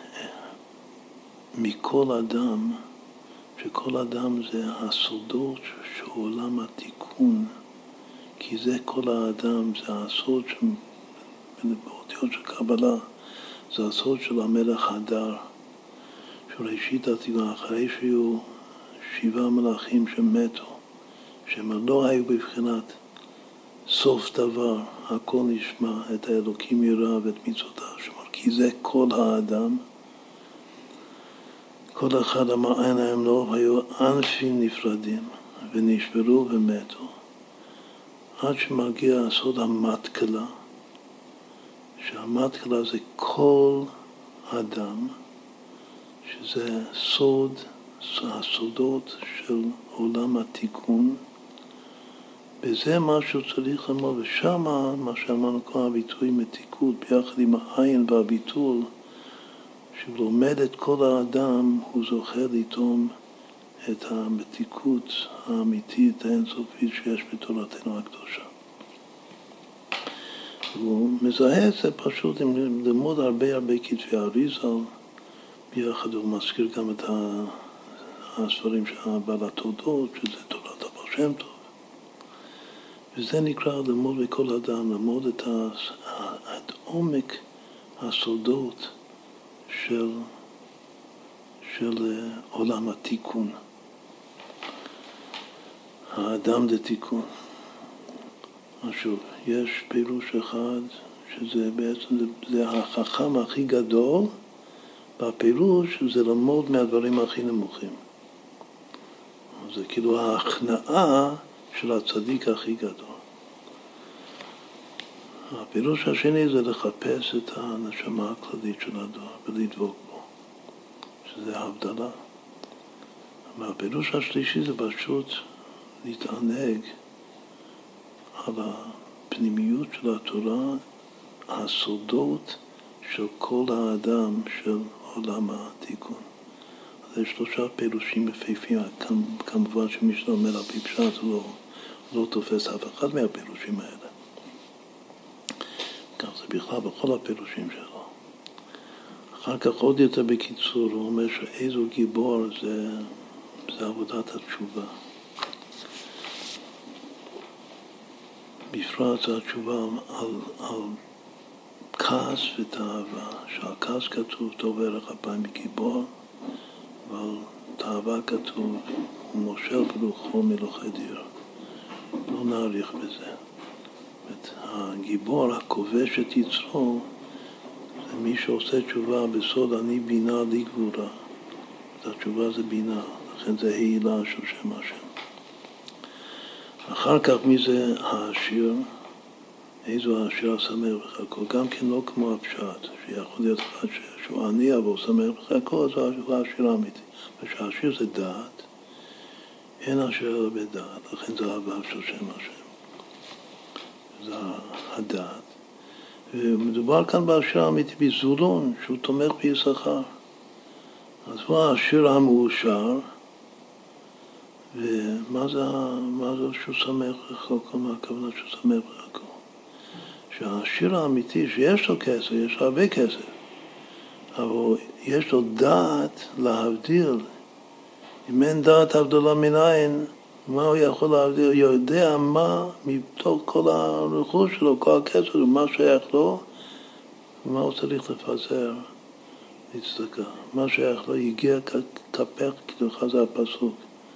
מכל אדם, שכל אדם זה הסודות של עולם התיקון, כי זה כל האדם, זה הסוד באותיות של קבלה, זה הסוד של המלך הדר, שראשית התיקון, אחרי שהיו 7 מלאכים שמתו, שהם לא היו בבחינת סוף דבר, הכל נשמע, את האלוקים יראה ואת מצוותיו, כי זה כל האדם. כל אחד אמר, אין להם לא, היו ענפים נפרדים ונשברו ומתו. עד שמגיע הסוד המתקלה, שהמתקלה זה כל אדם, שזה סוד, הסודות של עולם התיקון, וזה מה שהוא צריך ללמוד, ושם מה שאמרנו כל הביטוי מתיקות, ביחד עם העין והביטול, שלומד את כל האדם, הוא זוכה לטעום את המתיקות האמיתית, האינסופית שיש בתורתנו הקדושה. הוא מזהה את זה פשוט עם ללמוד הרבה כתבי אריזל, ביחד הוא מזכיר גם את הספרים של בעל התודות, שזה תורת הבעל שם טוב. וזה נקרא ללמוד בכל אדם, ללמוד את עומק הסודות של עולם התיקון. האדם זה תיקון. שוב, יש פירוש אחד שזה בעצם זה החכם הכי גדול, והפירוש זה ללמוד מהדברים הכי נמוכים. זה כאילו ההכנעה של הצדיק הכי גדול. הפירוש השני זה לחפש את הנשמה הכללית של הדור ולדבוק בו, שזה הבדלה. והפירוש השלישי זה פשוט להתענג על הפנימיות של התורה, הסודות של כל האדם של עולם התיקון. אז יש 3 פירושים יפהפים, כמובן שמי שלומד על פי פשט לא תופס אף אחד מהפירושים האלה. כך זה בכלל בכל הפירושים שלו. אחר כך עוד יותר בקיצור, הוא אומר שאיזו גיבור זה עבודת התשובה. בפרט זה התשובה על כעס ותאווה, שעל כעס כתוב טוב ערך אפיים בגיבור, ועל תאווה כתוב ומושל ברוחו מלוכי דיר. לא נאריך בזה. הגיבור הכובש את יצרו זה מי שעושה תשובה בסוד אני בינה לי גבורה. התשובה זה בינה, לכן זה העילה של שם השם. אחר כך מי זה העשיר? איזו העשיר השמח בחלקו? גם כן לא כמו הפשט, שיכול להיות אחד שהוא עני אבל שמח בחלקו, אז הוא העשיר האמיתי. ושהעשיר זה דעת, אין עשיר אלא בדעת, לכן זה אהבה של שם השם. זה הדעת. ומדובר כאן בעשיר האמיתי בזבולון, שהוא תומך ביששכר. אז הוא העשיר המאושר, ומה זה שהוא שמח בחלקו? מה הכוונה שהוא שמח בחלקו? שהעשיר האמיתי שיש לו כסף, יש לו הרבה כסף, אבל יש לו דעת להבדיל. אם אין דעת הבדלה מנין, מה הוא יכול להבדיל? הוא יודע מה מתוך כל הרכוש שלו, כל הכסף, מה שייך לו, ומה הוא צריך לפזר, להצדקה. מה שייך לו יגיע כפך, כאילו חזר הפסוק.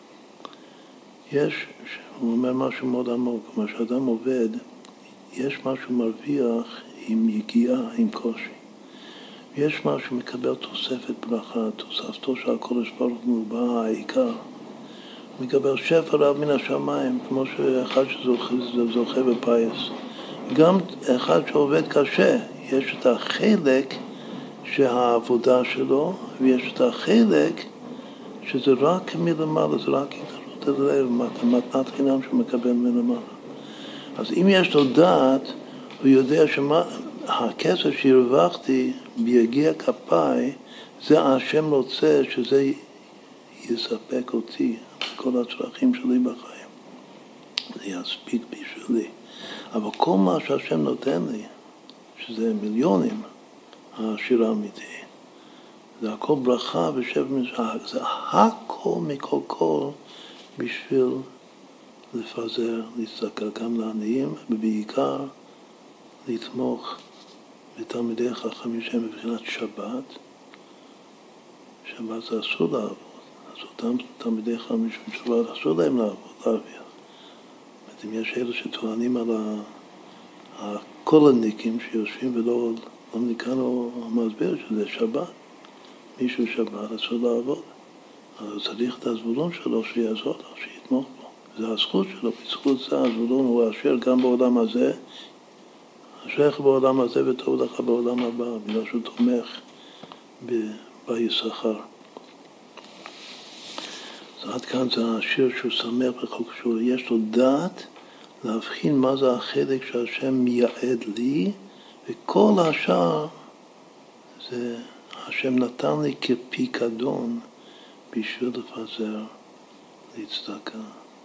הוא אומר משהו מאוד עמוק, כמו שאדם עובד, יש משהו מרוויח עם יגיעה, עם קושי. יש משהו מקבל תוספת ברכה, תוספתו של הקודש ברוך הוא בא העיקר. הוא מקבל שפע רב מן השמיים, כמו שאחד שזוכה בפייס. גם אחד שעובד קשה, יש את החלק שהעבודה שלו, ויש את החלק שזה רק מלמעלה, זה רק מתנת חינם שהוא מקבל מלמעלה. אז אם יש לו דעת, הוא יודע שהכסף שהרווחתי ביגיע כפיי, זה השם רוצה שזה יספק אותי בכל הצרכים שלי בחיים. זה יספיק בשבילי. אבל כל מה שהשם נותן לי, שזה מיליונים, העשיר האמיתי, זה הכל ברכה ושבח משפחה, זה הכל מכל כל בשביל לפזר, להסתכל גם לעניים, ובעיקר לתמוך בתלמידי חכמים שהם מבחינת שבת. שבת זה אסור לעבוד, אז אותם תלמידי חכמים של שבת אסור להם לעבוד, להרוויח. אם יש אלו שטוענים על הקולניקים שיושבים ולא מכאן הוא מסביר שזה שבת, מישהו שבת אסור לעבוד, אז צריך את הזבולון שלו שיעזור לו, שיתמוך בו. זה הזכות שלו, בזכות זה הזבולון הוא אשר גם בעולם הזה, אשריך בעולם הזה וטוב לך בעולם הבא, בגלל שהוא תומך ביששכר. אז עד כאן זה השיר שהוא שמח בחוק שהוא, יש לו דעת להבחין מה זה החלק שהשם מייעד לי, וכל השאר זה השם נתן לי כפיקדון בשביל לפזר, להצדקה.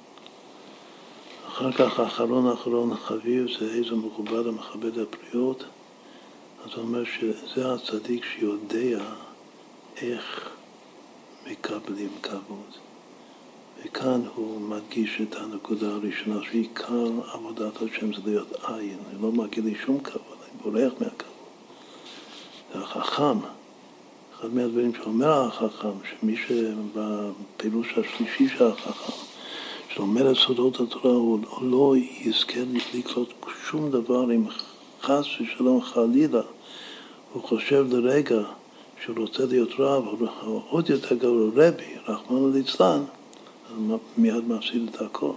אחר כך האחרון חביב זה איזה מכובד המכבד הבריות. אז הוא אומר שזה הצדיק שיודע איך מקבלים כבוד. וכאן הוא מדגיש את הנקודה הראשונה, שעיקר עבודת השם זה להיות עין. הוא לא מגיע לי שום כבוד, אני בורח מהכבוד. זה החכם. אחד מהדברים שאומר החכם, שמי שבפילוש השלישי של החכם, שאומר את סודות התורה, הוא לא יזכה לקלוט שום דבר אם חס ושלום חלילה. הוא חושב לרגע שהוא רוצה להיות רב, או עוד יותר גרוע רבי, רחמנא ליצלן, אז מיד מפסיד את הכל.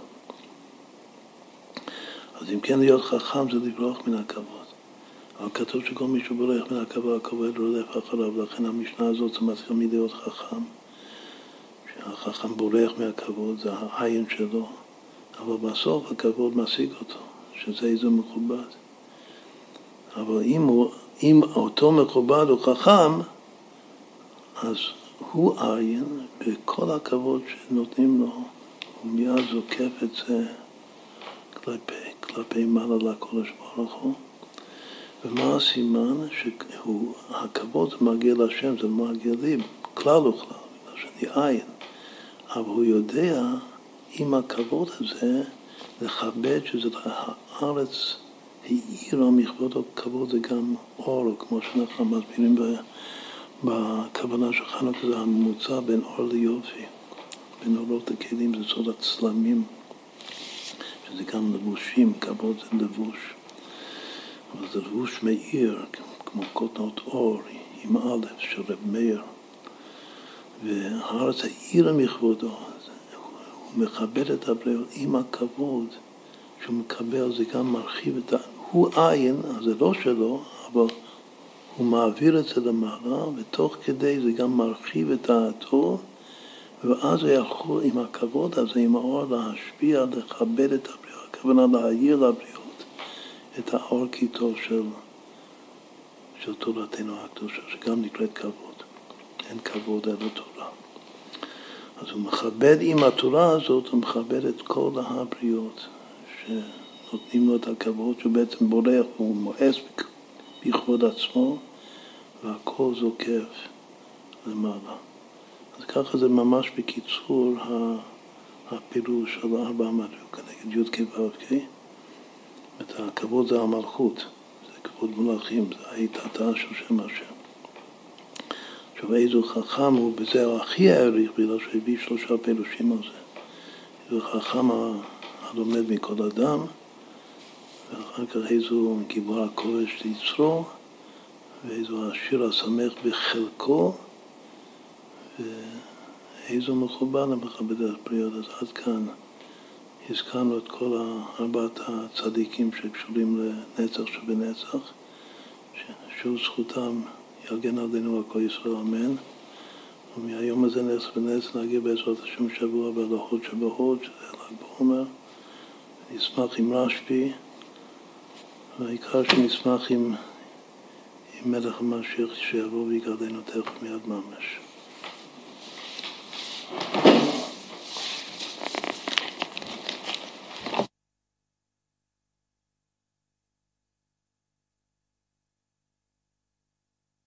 אז אם כן להיות חכם זה לברוח מן הכבוד. אבל כתוב שכל מי שבורח מן הכבוד, הכבוד רודף אחריו, לכן המשנה הזאת זה מתחיל מלהיות חכם. שהחכם בורח מהכבוד, זה העין שלו, אבל בסוף הכבוד משיג אותו, שזה איזה מכובד. אבל אם אותו מכובד הוא חכם, אז הוא עין, וכל הכבוד שנותנים לו, הוא מיד זוקף את זה כלפי מעלה לקודש ברוך הוא. ומה הסימן? שהכבוד זה מגיע לשם, זה מגיע לי, כלל וכלל, בגלל שאני עין. אבל הוא יודע עם הכבוד הזה לכבד שזה הארץ העירה מכבודו. כבוד זה גם אור, כמו שאנחנו מסבירים בכוונה של חנוכה, זה הממוצע בין אור ליופי, בין אורות לכלים, זה סוד הצלמים, שזה גם לבושים, כבוד זה לבוש, אבל זה לבוש מאיר, כמו כותנות אור, עם א' של רב מאיר, והארץ העירה מכבודו, הוא מכבד את הבריאות עם הכבוד שהוא מקבל, זה גם מרחיב את הוא עין, אז זה לא שלו, אבל הוא מעביר את זה למעלה, ותוך כדי זה גם מרחיב את דעתו, ואז הוא יכול עם הכבוד הזה, עם האור, להשפיע, לכבד את הבריאות, הכוונה להעיר לבריאות את האור קיטו של תורתנו הקדושה, שגם נקראת כבוד. אין כבוד אלא תורה. אז הוא מכבד עם התורה הזאת, הוא מכבד את כל הבריאות, שנותנים לו את הכבוד, שהוא בעצם בורח, הוא מואס בכבוד עצמו, והכל זוקף למעלה. אז ככה זה ממש בקיצור הפילוש של 4 מדרגות כנגד י' כ' ו' כ'. את הכבוד זה המלכות, זה כבוד מלכים, זה ההתעתעה של שם השם. עכשיו איזו חכם הוא בזה הכי העריך, בגלל שהביא 3 פילושים על זה. איזו חכם הלומד מכל אדם, ואחר כך איזו גיבור הכובש ליצרו, ואיזו השיר השמח בחלקו, ואיזו מכובד המכבד את הבריאות. אז עד כאן הזכרנו את כל 4 הצדיקים שקשורים לנצח שבנצח, שוב זכותם יגן עלינו על כל ישראל, אמן. ומהיום הזה נס ונס נגיע בעזרת השם שבוע בהלכות שבהוד, שזה ל"ג בעומר. נשמח עם רשב"י והעיקר שנשמח עם מלך המשיח שיבוא ויגאלנו תכף מיד ממש.